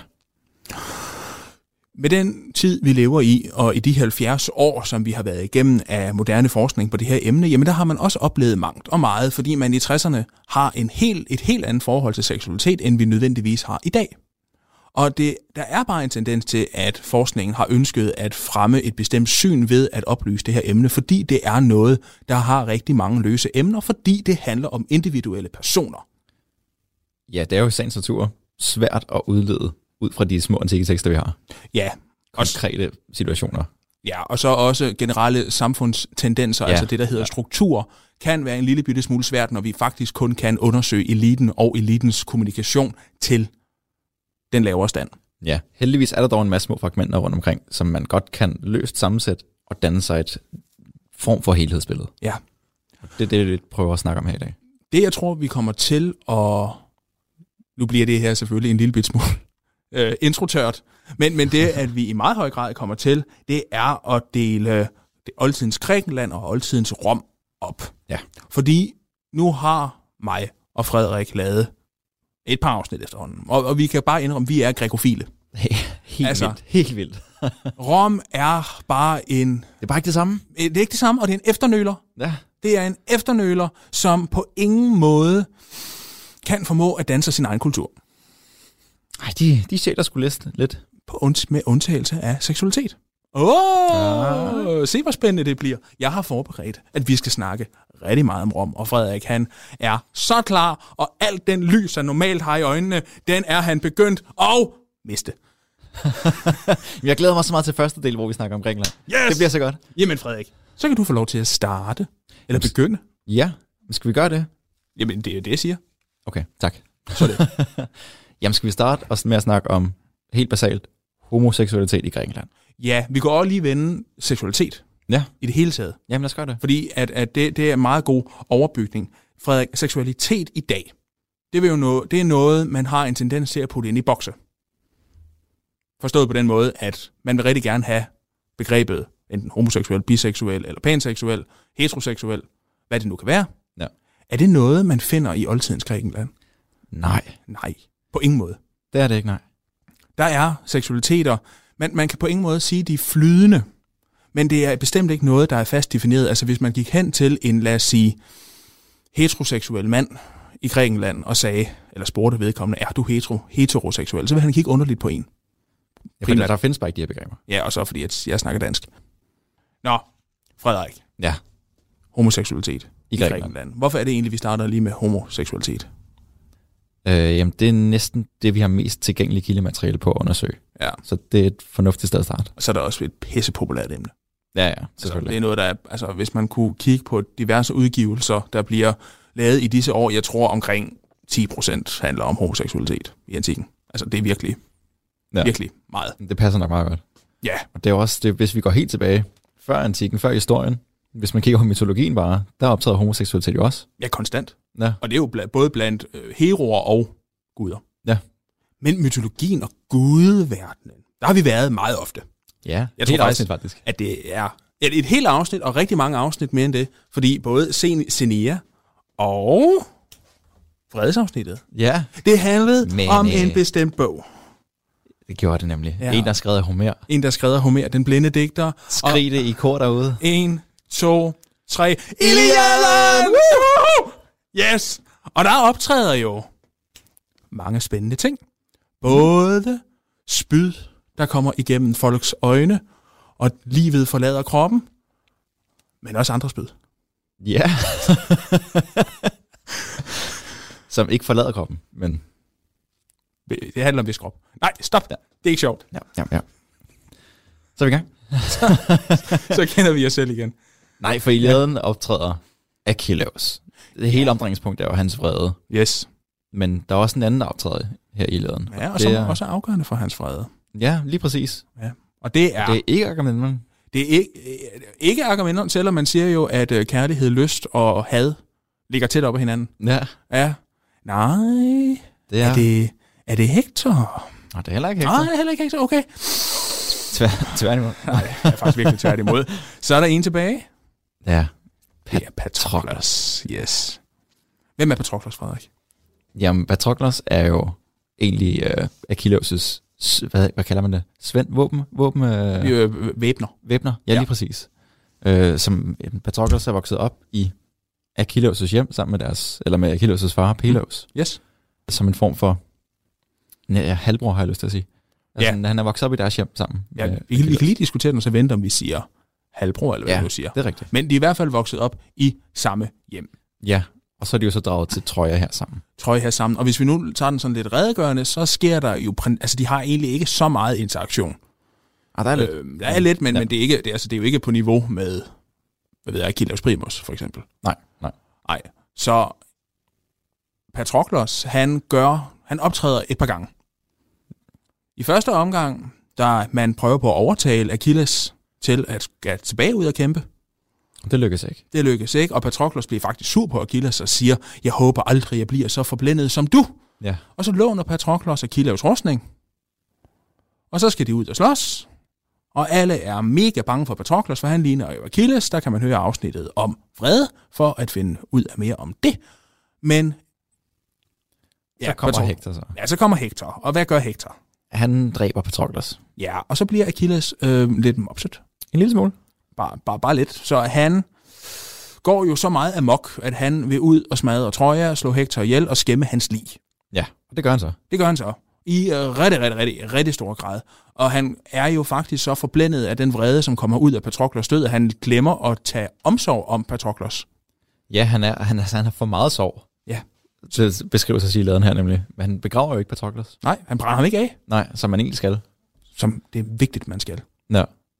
Med den tid, vi lever i, og i de halvfjerds år, som vi har været igennem af moderne forskning på det her emne, jamen der har man også oplevet mangt og meget, fordi man i tresserne har en helt, et helt andet forhold til seksualitet, end vi nødvendigvis har i dag. Og det, der er bare en tendens til, at forskningen har ønsket at fremme et bestemt syn ved at oplyse det her emne, fordi det er noget, der har rigtig mange løse emner, fordi det handler om individuelle personer. Ja, det er jo i sagens natur svært at udlede ud fra de små antikke tekster, vi har. Ja. Konkrete situationer. Ja, og så også generelle samfundstendenser, ja. Altså det, der hedder ja. struktur, kan være en lille bitte smule svært, når vi faktisk kun kan undersøge eliten og elitens kommunikation til den lavere stand. Ja, heldigvis er der dog en masse små fragmenter rundt omkring, som man godt kan løst sammensætte og danne sig et form for helhedsbillede. Ja. Det er det, vi prøver at snakke om her i dag. Det, jeg tror, vi kommer til at... Nu bliver det her selvfølgelig en lille bit smule øh, introtørt, men, men det, at vi i meget høj grad kommer til, det er at dele det oldtidens Grækenland og oldtidens Rom op. Ja. Fordi nu har mig og Frederik lavet et par afsnit efterhånden, og, og vi kan bare indrømme, at vi er grækofile. Helt altså, vildt. Helt vildt. Rom er bare en... Det er bare ikke det samme. Det er ikke det samme, og det er en efternøler. Ja. Det er en efternøler, som på ingen måde kan formå at danse sin egen kultur. Ej, de, de sjæler sgu lidt. lidt. På und- med undtagelse af seksualitet. Åh, oh, ja. Se hvor spændende det bliver. Jeg har forberedt, at vi skal snakke rigtig meget om Rom, og Frederik, han er så klar, og alt den lys, han normalt har i øjnene, den er han begyndt at miste. Jeg glæder mig så meget til første del, hvor vi snakker om Grækenland. Yes! Det bliver så godt. Jamen Frederik, så kan du få lov til at starte, eller begynde. Ja, skal vi gøre det? Jamen det er det, jeg siger. Okay, tak. Så det. Jamen skal vi starte også med at snakke om, helt basalt, homoseksualitet i Grækenland? Ja, vi kan også lige vende seksualitet ja. i det hele taget. Jamen lad os gøre det. Fordi at, at det, det er en meget god overbygning. Frederik, seksualitet i dag, det er jo noget, det er noget, man har en tendens til at putte ind i bokse. Forstået på den måde, at man vil rigtig gerne have begrebet enten homoseksuel, biseksuel eller panseksuel, heteroseksuel, hvad det nu kan være. Ja. Er det noget, man finder i oldtidens Grækenland? Nej. Nej, på ingen måde. Det er det ikke, nej. Der er seksualiteter, man, man kan på ingen måde sige, de er flydende, men det er bestemt ikke noget, der er fast defineret. Altså hvis man gik hen til en, lad os sige, heteroseksuel mand i Grækenland og sagde, eller spurgte vedkommende, er du hetero, heteroseksuel, så vil han kigge underligt på en. Ja, fordi der findes bare ikke de her begreber. Ja, og så fordi at jeg snakker dansk. Nå, Frederik. Ja. Homoseksualitet i, i Grækenland. Grækenland. Hvorfor er det egentlig, vi starter lige med homoseksualitet? Øh, jamen, det er næsten det, vi har mest tilgængelige kildemateriale på at undersøge. Ja. Så det er et fornuftigt sted at starte. Og så er der også et pissepopulært emne. Ja, ja, altså, det er noget, der er, altså hvis man kunne kigge på diverse udgivelser, der bliver lavet i disse år, jeg tror omkring ti procent handler om homoseksualitet i antikken. Altså det er virkelig, ja. virkelig meget. Det passer nok meget godt. Ja. Og det er også, det, hvis vi går helt tilbage, før antikken, før historien, hvis man kigger på mytologien bare, der optræder homoseksualitet jo også. Ja, konstant. Ja. Og det er jo bl- både blandt øh, heroer og guder. Ja. Men mytologien og gudeverdenen, der har vi været meget ofte. Ja, jeg tror faktisk, faktisk, at det er et, et helt afsnit, og rigtig mange afsnit mere end det, fordi både Xenia og fredsafsnittet, ja. det handlede Men, om en bestemt bog. Det gjorde det nemlig. Ja. En, der skrev af Homer. En, der skrev af Homer, den blinde digter. Skrig det i kor derude. En, to, tre. Iliaden! Yes! Og der optræder jo mange spændende ting. Både spyd, der kommer igennem folks øjne, og livet forlader kroppen, men også andre spyd. Ja. Som ikke forlader kroppen, men... Det handler om vis krop. Nej, stop. Ja. Det er ikke sjovt. Ja, ja, ja. Så er vi i gang. så, så kender vi os selv igen. Nej, for i Iliaden ja. optræder Achilleus. Det hele omdrejningspunkt er jo hans vrede. Yes. Men der er også en anden, der optræder her i Iliaden. Ja, og som er også afgørende for hans vrede. Ja, lige præcis. Ja. Og det er... Og det er ikke Agamemnon. Det er ikke, ikke Agamemnon, selvom man siger jo, at kærlighed, lyst og had ligger tæt op ad hinanden. Ja. Ja. Nej. Det er... er det... Er det Hector? Nej, det er heller ikke Hector. Nej, det er heller ikke Hector. Okay. Tvær, tværtimod. Nej, det er faktisk virkelig tværtimod. Så er der en tilbage. Ja. Det er Patroklos. Yes. Hvem er Patroklos, Frederik? Jamen, Patroklos er jo egentlig uh, Achilleus' hvad, hvad kalder man det? Svend? Våben? Våben uh... øh, væbner. Væbner, ja, ja. Lige præcis. Uh, som jamen, Patroklos er vokset op i Achilleus' hjem sammen med deres, eller med Achilleus' far, Peleus. Mm. Yes. Som en form for ja, halvbror, har jeg lyst til at sige. Altså, ja. Han er vokset op i deres hjem sammen. Ja, vi, vi kan lige diskutere den, så vente om vi siger halvbror, eller hvad ja, du siger. Det er rigtigt. Men de er i hvert fald vokset op i samme hjem. Ja, Og så er de jo så draget til Troja her sammen. Troja her sammen. Og hvis vi nu tager den sådan lidt redegørende, så sker der jo... Altså, de har egentlig ikke så meget interaktion. Ah, der er lidt. Øh, der er lidt, men, ja. men det, er ikke, det, er, altså, det er jo ikke på niveau med, hvad ved jeg, Achilleus Primus, for eksempel. Nej, nej. Nej. Så Patroklos, han gør... Han optræder et par gange. I første omgang, der man prøver på at overtale Achilles til at gå tilbage ud og kæmpe. Det lykkes ikke. Det lykkes ikke, og Patroklos bliver faktisk sur på Achilles og siger, jeg håber aldrig, jeg bliver så forblændet som du. Ja. Og så låner Patroklos Achilleus rustning. Og så skal de ud og slås. Og alle er mega bange for Patroklos, for han ligner jo Achilles. Der kan man høre afsnittet om vrede, for at finde ud af mere om det. Men... Ja, så kommer Patro- Hektor så. Ja, så kommer Hektor. Og hvad gør Hektor? Han dræber Patroklos. Ja, og så bliver Achilles øh, lidt mopset. En lille smule. Bare, bare, bare lidt. Så han går jo så meget amok, at han vil ud og smadre Troja, slå Hektor ihjel og skæmme hans lig. Ja, og det gør han så. Det gør han så. I uh, rigtig, rigtig, rigtig, rigtig stor grad. Og han er jo faktisk så forblændet af den vrede, som kommer ud af Patroklos død, at han glemmer at tage omsorg om Patroklos. Ja, han er han, han har for meget sorg. Ja. Så beskriver sig Siladen her nemlig. Men han begraver jo ikke Patroklos. Nej, han brænder ham ikke af. Nej, som man egentlig skal. Som det er vigtigt, man skal. Ja.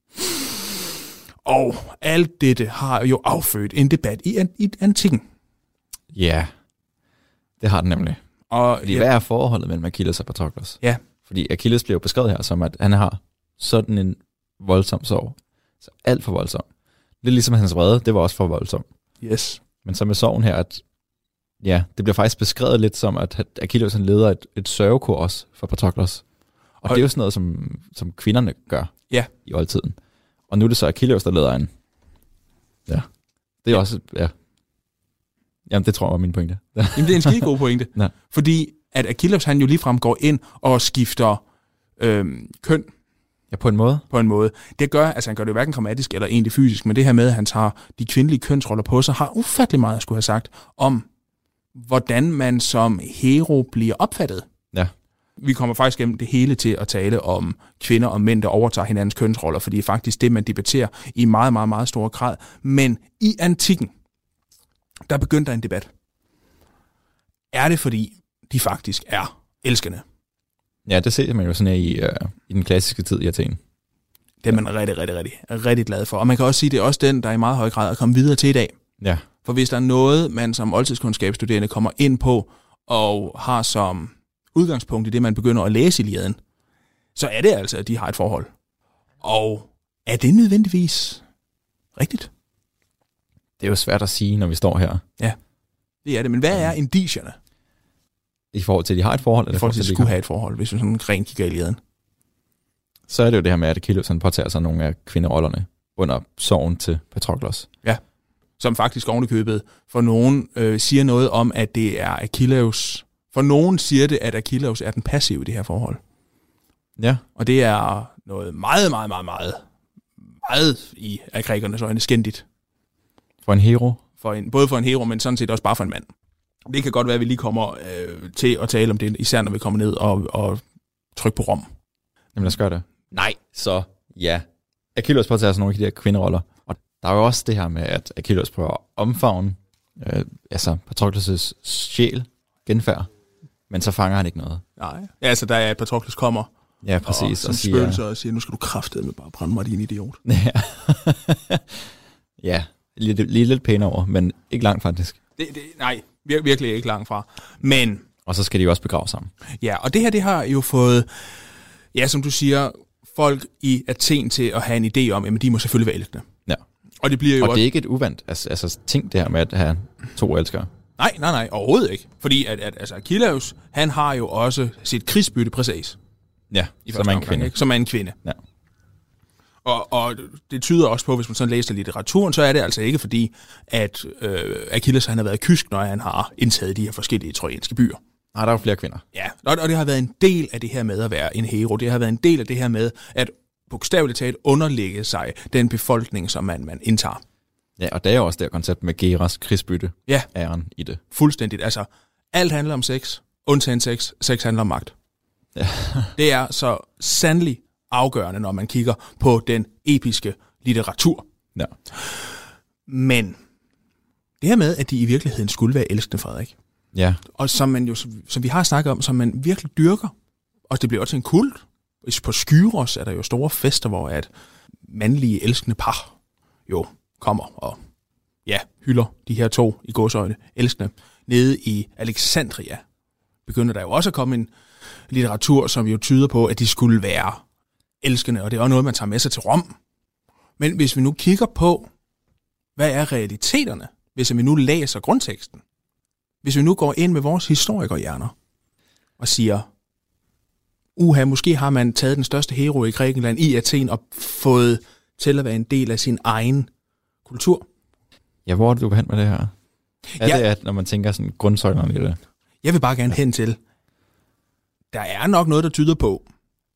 Og alt dette har jo affødt en debat i, i antikken. Ja, det har den nemlig. Og Fordi ja, hvad er forholdet mellem Achilles og Patroklos? Ja. Fordi Achilles bliver jo beskrevet her som, at han har sådan en voldsom sorg. Så alt for voldsom. Lidt ligesom hans vrede, det var også for voldsom. Yes. Men så med sorgen her, at ja, det bliver faktisk beskrevet lidt som, at Achilles han leder et, et sørgekor også for Patroklos. Og, og det er jo sådan noget, som, som kvinderne gør ja. i oldtiden. Og nu er det så Achilles, der leder en. Ja. Det er ja. også, ja. Jamen, det tror jeg var min pointe. Jamen, det er en skide god pointe. Ja. Fordi at Achilles, han jo ligefrem går ind og skifter øhm, køn. Ja, på en måde. På en måde. Det gør, altså han gør det hverken grammatisk eller egentlig fysisk, men det her med, at han tager de kvindelige kønsroller på sig, har ufattelig meget at skulle have sagt om, hvordan man som hero bliver opfattet. Ja. Vi kommer faktisk gennem det hele til at tale om kvinder og mænd, der overtager hinandens kønsroller, for det er faktisk det, man debatterer i meget, meget, meget stor grad. Men i antikken, der begyndte der en debat. Er det fordi, de faktisk er elskende? Ja, det ser man jo sådan i, øh, i den klassiske tid i Athen. Det er man rigtig, rigtig, rigtig, rigtig glad for. Og man kan også sige, at det er også den, der i meget høj grad er kommet videre til i dag. Ja. For hvis der er noget, man som oldtidskundskabsstuderende kommer ind på, og har som udgangspunkt i det, man begynder at læse i Iliaden, så er det altså, at de har et forhold. Og er det nødvendigvis rigtigt? Det er jo svært at sige, når vi står her. Ja, det er det. Men hvad er indicierne? I forhold til, at de har et forhold? I forhold til, at de skulle have et forhold, hvis vi sådan rent kigger i Iliaden. Så er det jo det her med, at Achilles han påtager sig nogle af kvinderollerne under sorgen til Patroklos. Ja, som faktisk ovenikøbet for nogen øh, siger noget om, at det er Achilles. For nogen siger det, at Achilles er den passive i det her forhold. Ja. Og det er noget meget, meget, meget, meget, meget i af grækernes øjne skændigt. For en hero? For en, både for en hero, men sådan set også bare for en mand. Det kan godt være, at vi lige kommer øh, til at tale om det, især når vi kommer ned og, og trykker på Rom. Jamen lad os gøre det. Nej, så ja. Achilles påtager sig nogle af de her kvinderoller. Og der er jo også det her med, at Achilles prøver at omfavne øh, altså Patroklos' sjæl, genfærd, men så fanger han ikke noget. Nej, ja, altså der er, at Patroklos kommer ja, præcis, og, og siger, spøgelser og siger, nu skal du kraftedeme bare brænde mig, din idiot. Ja, ja lige, lige lidt pænere over, men ikke langt faktisk. Det, det, nej, vir- virkelig ikke langt fra. Men og så skal de jo også begrave sammen. Ja, og det her, det har jo fået, ja, som du siger, folk i Athen til at have en idé om, at de må selvfølgelig være elskende. Ja. Og det bliver jo og også det er ikke et uvandt altså, altså, ting, det her med at have to elskere. Nej, nej, nej, overhovedet ikke. Fordi at, at altså Achilles, han har jo også sit krigsbytte præcis. Ja, som er en kvinde. Ikke? Som er en kvinde. Ja. Og, og det tyder også på, hvis man sådan læser litteraturen, så er det altså ikke fordi, at øh, Achilles han har været kysk, når han har indtaget de her forskellige trojanske byer. Nej, der er jo flere kvinder. Ja, og, og det har været en del af det her med at være en hero. Det har været en del af det her med at bogstaveligt talt underlægge sig den befolkning, som man, man indtager. Ja, og det er jo også det koncept med Geras krigsbytte, ja. æren i det. Fuldstændigt. Altså, alt handler om sex, undtagen sex. Sex handler om magt. Ja. Det er så sandelig afgørende, når man kigger på den episke litteratur. Ja. Men det her med, at de i virkeligheden skulle være elskende, Frederik. Ja. Og som man jo, som vi har snakket om, som man virkelig dyrker. Og det bliver også en kult. På Skyros er der jo store fester, hvor at mandlige elskende par jo kommer og ja, hylder de her to i gåseøjne elskende. Nede i Alexandria begynder der jo også at komme en litteratur, som jo tyder på, at de skulle være elskende, og det er også noget, man tager med sig til Rom. Men hvis vi nu kigger på, hvad er realiteterne, hvis vi nu læser grundteksten, hvis vi nu går ind med vores historikerhjerner og siger, uha, måske har man taget den største hero i Grækenland i Athen og fået til at være en del af sin egen kultur. Ja, hvor er det, du vil hen med det her? Er ja. det, at når man tænker sådan grundsøjlerne i det? Jeg vil bare gerne hen til, der er nok noget, der tyder på,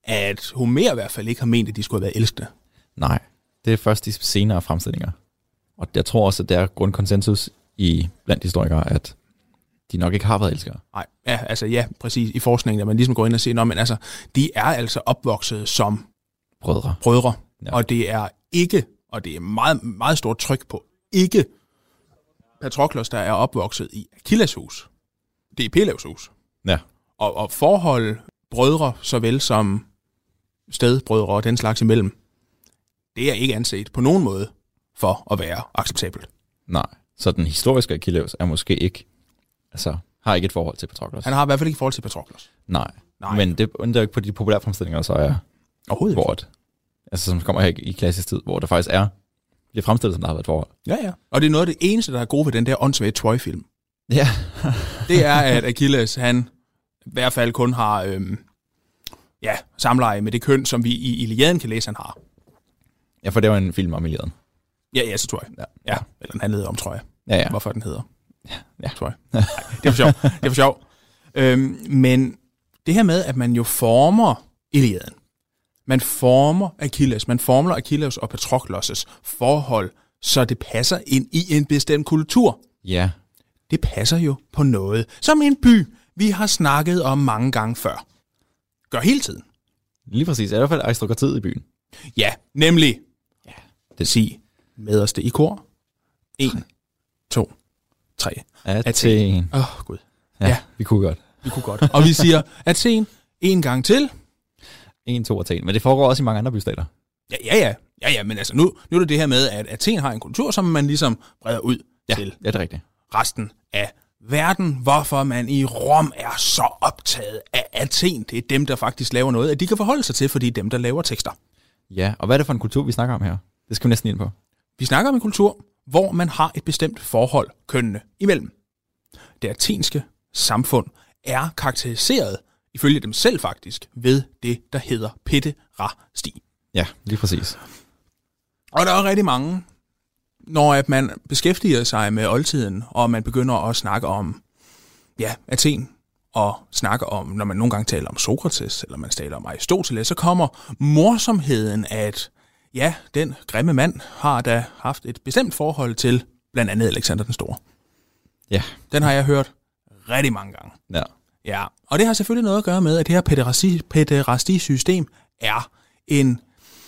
at Homer i hvert fald ikke har ment, at de skulle have været elskende. Nej, det er først de senere fremstillinger. Og jeg tror også, at der er grundkonsensus i blandt historikere, at de nok ikke har været elskere. Nej, ja, altså ja, præcis i forskningen, at man ligesom går ind og siger, men altså, de er altså opvokset som brødre. brødre ja. Og det er ikke, og det er meget, meget stort tryk på, ikke Patroklos, der er opvokset i Achilles hus. Det er Peleus hus. Ja. Og, og forhold brødre, såvel som stedbrødre og den slags imellem, det er ikke anset på nogen måde for at være acceptabelt. Nej, så den historiske Achilles er måske ikke, altså har ikke et forhold til Patroklos. Han har i hvert fald ikke et forhold til Patroklos. Nej, Nej. Men det undrer ikke på de populære fremstillinger, så er overhovedet hvor et, altså som kommer her i klassisk tid, hvor der faktisk er, bliver fremstillet som der har været et forhold. Ja, ja. Og det er noget af det eneste, der er gode ved den der åndssvage Troy-film. Ja. Det er, at Achilles, han i hvert fald kun har øhm, ja, samleje med det køn, som vi i Iliaden kan læse, han har. Ja, for det var en film om Iliaden. Ja, ja, så tror jeg. Ja, ja. Eller den handlede om, tror jeg. Ja, ja. Hvorfor den hedder. Ja, ja. Tror jeg. Nej, det er for sjov. Det er for sjov. Øhm, men det her med, at man jo former Iliaden. Man former Achilles. Man formler Achilles og Patroklos' forhold, så det passer ind i en bestemt kultur. Ja. Det passer jo på noget, som en by, vi har snakket om mange gange før. Gør hele tiden. Lige præcis. I hvert fald aristokratiet i byen. Ja, nemlig. Ja. Det siger med os det i kor. En, to, tre. Athen. Åh, oh, gud. Ja, ja, vi kunne godt. Vi kunne godt. Og vi siger Athen en gang til. En, to, Athen. Men det foregår også i mange andre bystater. Ja, ja, ja. Ja, ja, men altså nu, nu er det det her med, at Athen har en kultur, som man ligesom breder ud ja, til ja, det er rigtigt. resten af verden. Hvorfor man i Rom er så optaget af Athen. Det er dem, der faktisk laver noget, at de kan forholde sig til, fordi det er dem, der laver tekster. Ja, og hvad er det for en kultur, vi snakker om her? Det skal vi næsten ind på. Vi snakker om en kultur, hvor man har et bestemt forhold kønnene imellem. Det athenske samfund er karakteriseret, ifølge dem selv faktisk, ved det, der hedder pæderasti. Ja, lige præcis. Og der er rigtig mange, når at man beskæftiger sig med oldtiden, og man begynder at snakke om ja, Athen, og snakker om, når man nogle gange taler om Sokrates, eller man taler om Aristoteles, så kommer morsomheden, at ja, den grimme mand har da haft et bestemt forhold til blandt andet Alexander den Store. Ja. Den har jeg hørt rigtig mange gange. Ja. Ja, og det har selvfølgelig noget at gøre med, at det her pæderasti, pæderasti-system er en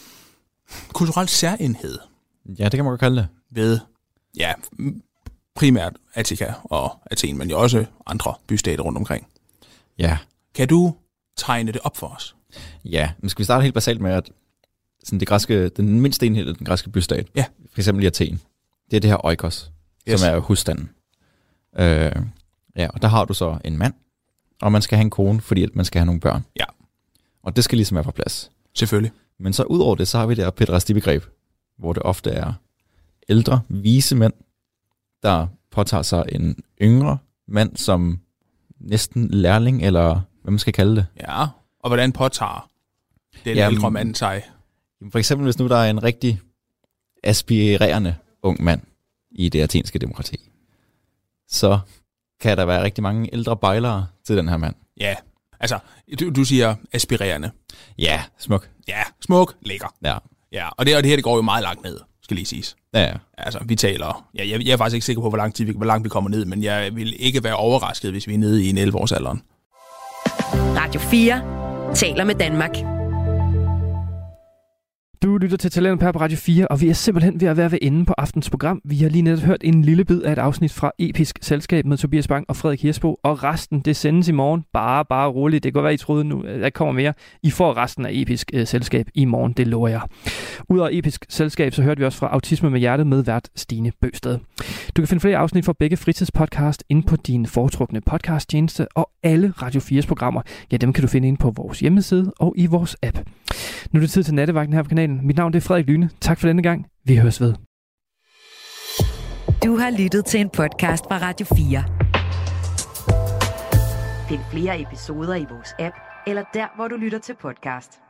kulturel særenhed. Ja, det kan man godt kalde det. Ved, ja, primært Attika og Athen, men jo også andre bystater rundt omkring. Ja. Kan du tegne det op for os? Ja, men skal vi starte helt basalt med, at sådan det græske, den mindste enhed af den græske bystat, ja. For eksempel i Athen, det er det her oikos, yes. Som er husstanden. Øh, ja, og der har du så en mand, og man skal have en kone, fordi at man skal have nogle børn. Ja. Og det skal ligesom være på plads. Selvfølgelig. Men så ud over det, så har vi det her pæderasti-begreb, hvor det ofte er ældre, vise mænd, der påtager sig en yngre mand som næsten lærling, eller hvad man skal kalde det. Ja, og hvordan påtager den Jamen, ældre mand sig? For eksempel, hvis nu der er en rigtig aspirerende ung mand i det athenske demokrati, så kan der være rigtig mange ældre bejlere til den her mand. Ja, altså, du, du siger aspirerende. Ja, smuk. Ja, smuk, lækker. Ja. Ja, og det, og det her, det går jo meget langt ned, skal lige siges. Ja, ja. Altså, vi taler, ja, jeg, jeg er faktisk ikke sikker på, hvor langt, hvor langt vi kommer ned, men jeg vil ikke være overrasket, hvis vi er nede i en elleve-årsalderen. Radio fire taler med Danmark. Du lytter til Talent på Radio fire, og vi er simpelthen ved at være ved enden på aftens program. Vi har lige netop hørt en lille bid af et afsnit fra Episk Selskab med Tobias Bang og Frederik Hirsbo, og resten, det sendes i morgen. Bare, bare roligt. Det kan godt være, I troede nu, der kommer mere. I får resten af Episk uh, Selskab i morgen, det lover jeg. Udover Episk Selskab, så hørte vi også fra Autisme med Hjertet med vært Stine Bøgsted. Du kan finde flere afsnit fra begge fritidspodcast inde på din foretrukne podcasttjeneste, og alle Radio fires programmer, ja, dem kan du finde inde på vores hjemmeside og i vores app. Nu er det tid til nattevagten her på kanalen. Mit navn det er Frederik Lyne. Tak for denne gang. Vi høres ved. Du har lyttet til en podcast fra Radio fire. Find flere episoder i vores app, eller der, hvor du lytter til podcast.